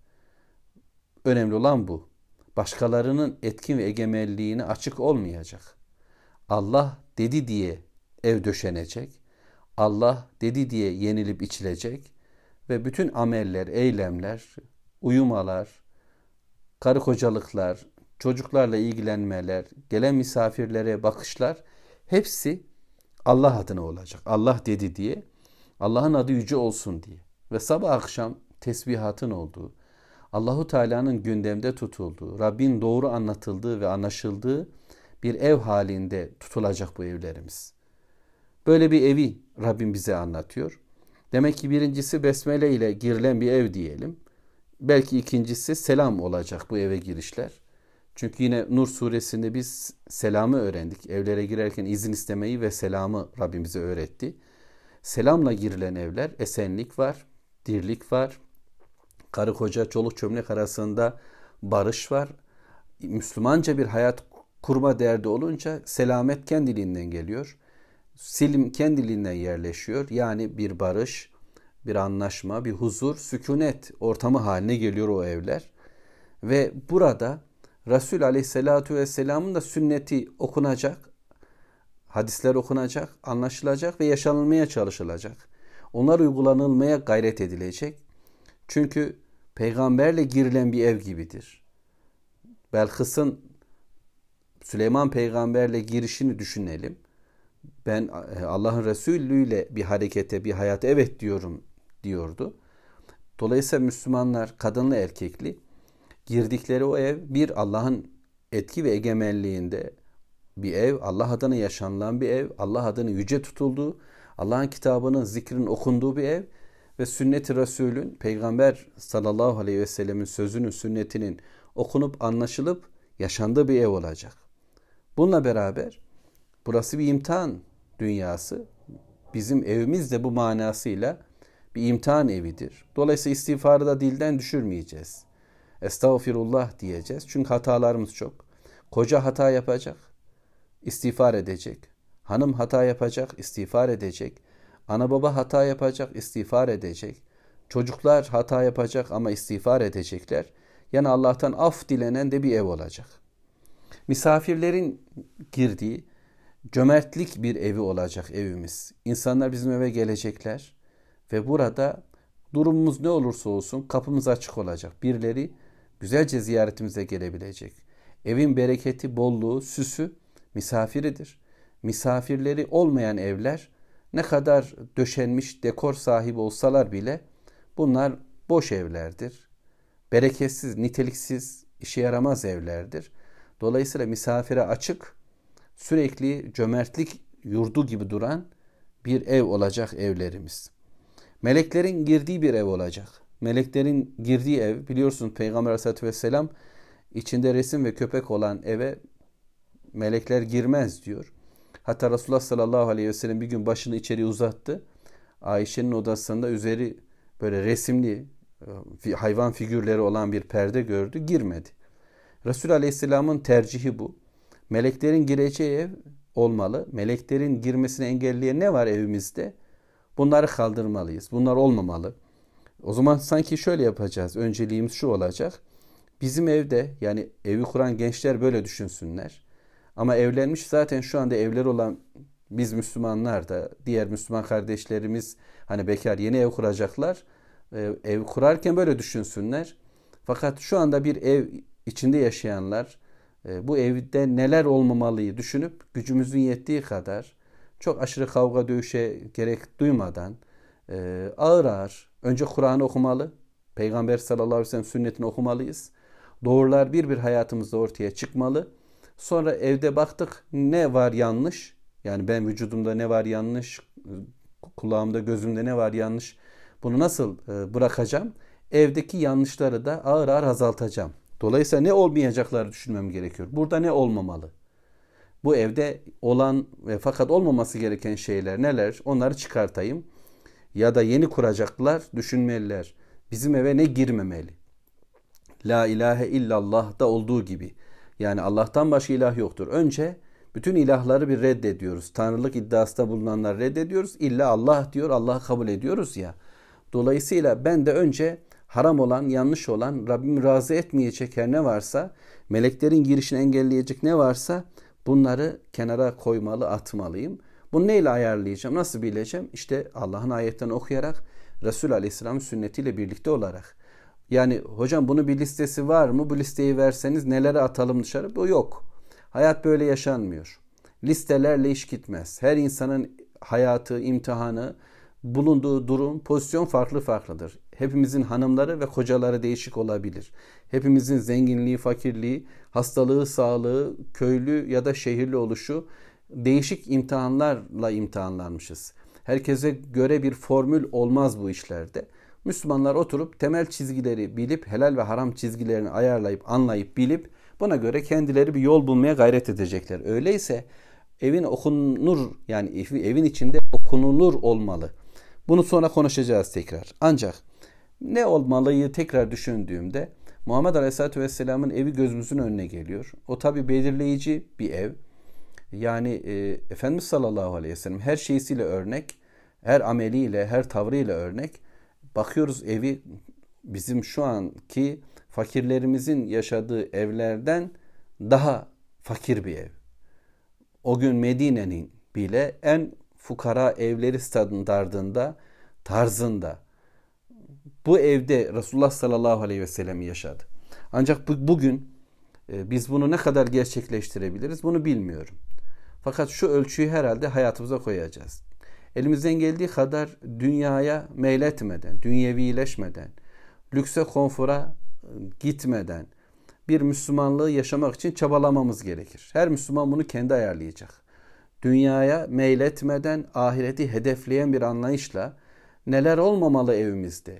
Önemli olan bu. Başkalarının etkin ve egemenliğine açık olmayacak. Allah dedi diye ev döşenecek. Allah dedi diye yenilip içilecek. Ve bütün ameller, eylemler, uyumalar, karı kocalıklar, çocuklarla ilgilenmeler, gelen misafirlere bakışlar hepsi Allah adına olacak. Allah dedi diye, Allah'ın adı yüce olsun diye ve sabah akşam tesbihatın olduğu, Allahu Teala'nın gündemde tutulduğu, Rabbin doğru anlatıldığı ve anlaşıldığı bir ev halinde tutulacak bu evlerimiz. Böyle bir evi Rabbim bize anlatıyor. Demek ki birincisi besmele ile girilen bir ev diyelim. Belki ikincisi selam olacak bu eve girişler. Çünkü yine Nur suresinde biz selamı öğrendik. Evlere girerken izin istemeyi ve selamı Rabbim bize öğretti. Selamla girilen evler esenlik var, dirlik var, Karı koca, çoluk çömlek arasında barış var. Müslümanca bir hayat kurma derdi olunca selamet kendiliğinden geliyor. Silim kendiliğinden yerleşiyor. Yani bir barış, bir anlaşma, bir huzur, sükunet ortamı haline geliyor o evler. Ve burada Resul Aleyhisselatü Vesselam'ın da sünneti okunacak, hadisler okunacak, anlaşılacak ve yaşanılmaya çalışılacak. Onlar uygulanılmaya gayret edilecek. Çünkü peygamberle girilen bir ev gibidir. Belkıs'ın Süleyman peygamberle girişini düşünelim. Ben Allah'ın Resulüyle bir harekete, bir hayata evet diyorum diyordu. Dolayısıyla Müslümanlar kadınlı erkekli girdikleri o ev bir Allah'ın etki ve egemenliğinde bir ev, Allah adına yaşanılan bir ev, Allah adına yüce tutulduğu, Allah'ın kitabının, zikrinin okunduğu bir ev ve sünnet-i Resul'ün, Peygamber sallallahu aleyhi ve sellemin sözünün, sünnetinin okunup anlaşılıp yaşandığı bir ev olacak. Bununla beraber burası bir imtihan dünyası. Bizim evimiz de bu manasıyla bir imtihan evidir. Dolayısıyla istiğfarı da dilden düşürmeyeceğiz. Estağfirullah diyeceğiz. Çünkü hatalarımız çok. Koca hata yapacak, istiğfar edecek. Hanım hata yapacak, istiğfar edecek. Ana baba hata yapacak, istiğfar edecek. Çocuklar hata yapacak ama istiğfar edecekler. Yani Allah'tan af dilenen de bir ev olacak. Misafirlerin girdiği cömertlik bir evi olacak evimiz. İnsanlar bizim eve gelecekler ve burada durumumuz ne olursa olsun kapımız açık olacak. Birileri güzelce ziyaretimize gelebilecek. Evin bereketi, bolluğu, süsü misafiridir. Misafirleri olmayan evler ne kadar döşenmiş dekor sahibi olsalar bile bunlar boş evlerdir. Bereketsiz, niteliksiz, işe yaramaz evlerdir. Dolayısıyla misafire açık, sürekli cömertlik yurdu gibi duran bir ev olacak evlerimiz. Meleklerin girdiği bir ev olacak. Meleklerin girdiği ev, biliyorsunuz Peygamber Aleyhisselatü Vesselam içinde resim ve köpek olan eve melekler girmez diyor. Hatta Resulullah sallallahu aleyhi ve sellem bir gün başını içeri uzattı. Ayşe'nin odasında üzeri böyle resimli hayvan figürleri olan bir perde gördü. Girmedi. Resul Aleyhisselam'ın tercihi bu. Meleklerin gireceği ev olmalı. Meleklerin girmesini engelleyen ne var evimizde? Bunları kaldırmalıyız. Bunlar olmamalı. O zaman sanki şöyle yapacağız. Önceliğimiz şu olacak. Bizim evde, yani evi kuran gençler böyle düşünsünler. Ama evlenmiş zaten şu anda evleri olan biz Müslümanlar da, diğer Müslüman kardeşlerimiz hani bekar yeni ev kuracaklar. Ev kurarken böyle düşünsünler. Fakat şu anda bir ev içinde yaşayanlar bu evde neler olmamalıyı düşünüp gücümüzün yettiği kadar çok aşırı kavga dövüşe gerek duymadan ağır ağır önce Kur'an'ı okumalı. Peygamber sallallahu aleyhi ve sellem sünnetini okumalıyız. Doğrular bir bir hayatımızda ortaya çıkmalı. Sonra evde baktık ne var yanlış. Yani ben vücudumda ne var yanlış, kulağımda gözümde ne var yanlış. Bunu nasıl bırakacağım? Evdeki yanlışları da ağır ağır azaltacağım. Dolayısıyla ne olmayacakları düşünmem gerekiyor. Burada ne olmamalı? Bu evde olan ve fakat olmaması gereken şeyler neler? Onları çıkartayım. Ya da yeni kuracaklar düşünmeliler. Bizim eve ne girmemeli? La ilahe illallah da olduğu gibi. Yani Allah'tan başka ilah yoktur. Önce bütün ilahları bir reddediyoruz. Tanrılık iddiasında bulunanları reddediyoruz. İlla Allah diyor, Allah'ı kabul ediyoruz ya. Dolayısıyla ben de önce haram olan, yanlış olan, Rabbimi razı etmeyecek her ne varsa, meleklerin girişini engelleyecek ne varsa bunları kenara koymalı, atmalıyım. Bunu neyle ayarlayacağım? Nasıl bileceğim? İşte Allah'ın ayetlerini okuyarak, Resul Aleyhisselam'ın sünnetiyle birlikte olarak. Yani hocam bunun bir listesi var mı? Bu listeyi verseniz nelere atalım dışarı? Bu yok. Hayat böyle yaşanmıyor. Listelerle iş gitmez. Her insanın hayatı, imtihanı, bulunduğu durum, pozisyon farklı farklıdır. Hepimizin hanımları ve kocaları değişik olabilir. Hepimizin zenginliği, fakirliği, hastalığı, sağlığı, köylü ya da şehirli oluşu değişik imtihanlarla imtihanlanmışız. Herkese göre bir formül olmaz bu işlerde. Müslümanlar oturup temel çizgileri bilip, helal ve haram çizgilerini ayarlayıp, anlayıp, bilip buna göre kendileri bir yol bulmaya gayret edecekler. Öyleyse evin okunur, yani evin içinde okunulur olmalı. Bunu sonra konuşacağız tekrar. Ancak Ne olmalıyı tekrar düşündüğümde Muhammed Aleyhisselatü Vesselam'ın evi gözümüzün önüne geliyor. O tabi belirleyici bir ev. Yani e, Efendimiz sallallahu aleyhi ve sellem her şeysiyle örnek, her ameliyle, her tavrıyla örnek. Bakıyoruz evi bizim şu anki fakirlerimizin yaşadığı evlerden daha fakir bir ev. O gün Medine'nin bile en fukara evleri standardında, tarzında. Bu evde Resulullah sallallahu aleyhi ve sellem yaşadı. Ancak bu, bugün e, biz bunu ne kadar gerçekleştirebiliriz bunu bilmiyorum. Fakat şu ölçüyü herhalde hayatımıza koyacağız. Elimizden geldiği kadar dünyaya meyletmeden, dünyevileşmeden, lükse konfora gitmeden bir Müslümanlığı yaşamak için çabalamamız gerekir. Her Müslüman bunu kendi ayarlayacak. Dünyaya meyletmeden ahireti hedefleyen bir anlayışla neler olmamalı evimizde,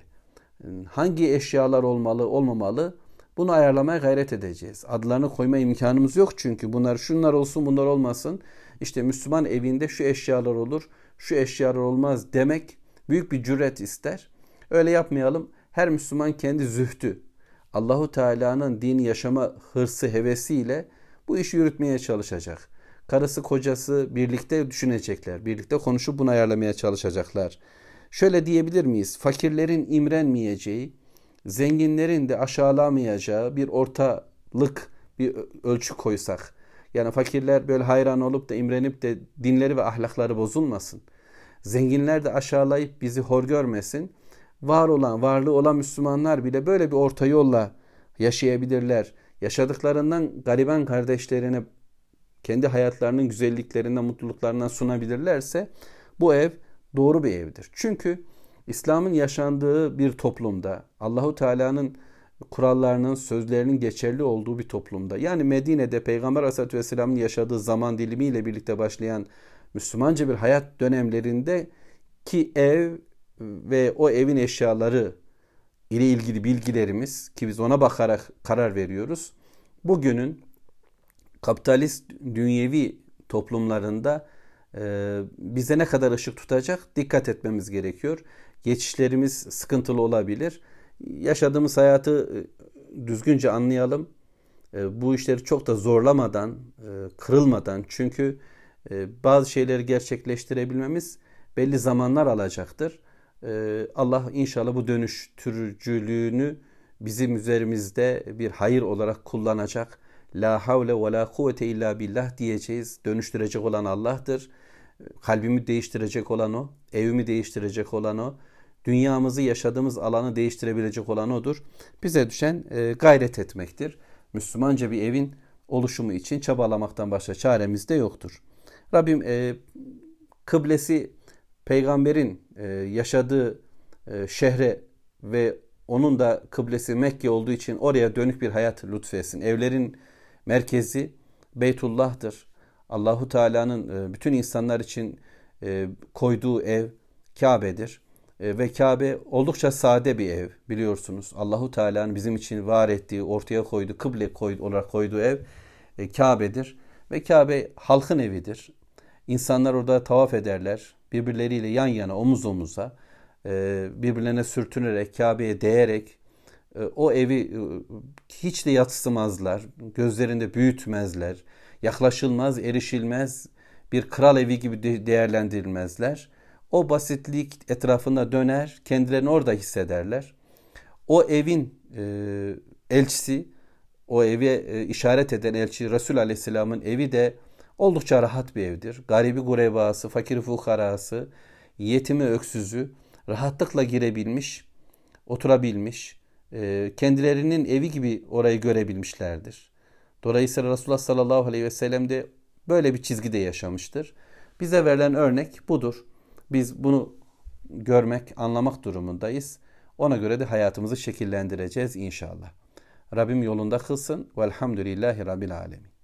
hangi eşyalar olmalı, olmamalı bunu ayarlamaya gayret edeceğiz. Adlarını koyma imkanımız yok çünkü bunlar şunlar olsun bunlar olmasın. İşte Müslüman evinde şu eşyalar olur, şu eşyalar olmaz demek büyük bir cüret ister. Öyle yapmayalım. Her Müslüman kendi zühdü, Allahu Teala'nın dini yaşama hırsı, hevesiyle bu işi yürütmeye çalışacak. Karısı, kocası birlikte düşünecekler. Birlikte konuşup bunu ayarlamaya çalışacaklar. Şöyle diyebilir miyiz? Fakirlerin imrenmeyeceği, zenginlerin de aşağılamayacağı bir ortalık, bir ölçü koysak. Yani fakirler böyle hayran olup da imrenip de dinleri ve ahlakları bozulmasın. Zenginler de aşağılayıp bizi hor görmesin. Var olan, varlığı olan Müslümanlar bile böyle bir orta yolla yaşayabilirler. Yaşadıklarından gariban kardeşlerine kendi hayatlarının güzelliklerinden, mutluluklarından sunabilirlerse bu ev doğru bir evdir. Çünkü İslam'ın yaşandığı bir toplumda, Allahu Teala'nın kurallarının, sözlerinin geçerli olduğu bir toplumda, yani Medine'de Peygamber Aleyhisselatü Vesselam'ın yaşadığı zaman dilimiyle birlikte başlayan Müslümanca bir hayat dönemlerinde ki ev ve o evin eşyaları ile ilgili bilgilerimiz, ki biz ona bakarak karar veriyoruz, bugünün kapitalist dünyevi toplumlarında e, bize ne kadar ışık tutacak dikkat etmemiz gerekiyor. Geçişlerimiz sıkıntılı olabilir. Yaşadığımız hayatı düzgünce anlayalım. E, bu işleri çok da zorlamadan, e, kırılmadan, çünkü e, bazı şeyleri gerçekleştirebilmemiz belli zamanlar alacaktır. E, Allah inşallah bu dönüştürücülüğünü bizim üzerimizde bir hayır olarak kullanacak. La havle ve la kuvvete illa billah diyeceğiz. Dönüştürecek olan Allah'tır. Kalbimi değiştirecek olan O. Evimi değiştirecek olan O. Dünyamızı, yaşadığımız alanı değiştirebilecek olan O'dur. Bize düşen e, gayret etmektir. Müslümanca bir evin oluşumu için çabalamaktan başka çaremiz de yoktur. Rabbim e, kıblesi peygamberin e, yaşadığı e, şehre ve onun da kıblesi Mekke olduğu için oraya dönük bir hayat lütfetsin. Evlerin merkezi Beytullah'tır. Allahu Teala'nın bütün insanlar için koyduğu ev Kabe'dir. Ve Kabe oldukça sade bir ev, biliyorsunuz. Allahu Teala'nın bizim için var ettiği, ortaya koyduğu, kıble olarak koyduğu ev Kabe'dir. Ve Kabe halkın evidir. İnsanlar orada tavaf ederler. Birbirleriyle yan yana, omuz omuza, birbirlerine sürtünerek, Kabe'ye değerek o evi hiç de yatsımazlar, gözlerinde büyütmezler, yaklaşılmaz, erişilmez bir kral evi gibi değerlendirilmezler. O basitlik etrafında döner, kendilerini orada hissederler. O evin e, elçisi, o eve e, işaret eden elçi Resul Aleyhisselam'ın evi de oldukça rahat bir evdir. Garibi gurebası, fakir fukarası, yetimi öksüzü rahatlıkla girebilmiş, oturabilmiş, kendilerinin evi gibi orayı görebilmişlerdir. Dolayısıyla Resulullah sallallahu aleyhi ve sellem de böyle bir çizgide yaşamıştır. Bize verilen örnek budur. Biz bunu görmek, anlamak durumundayız. Ona göre de hayatımızı şekillendireceğiz inşallah. Rabbim yolunda kılsın. Velhamdülillahi Rabbil alemin.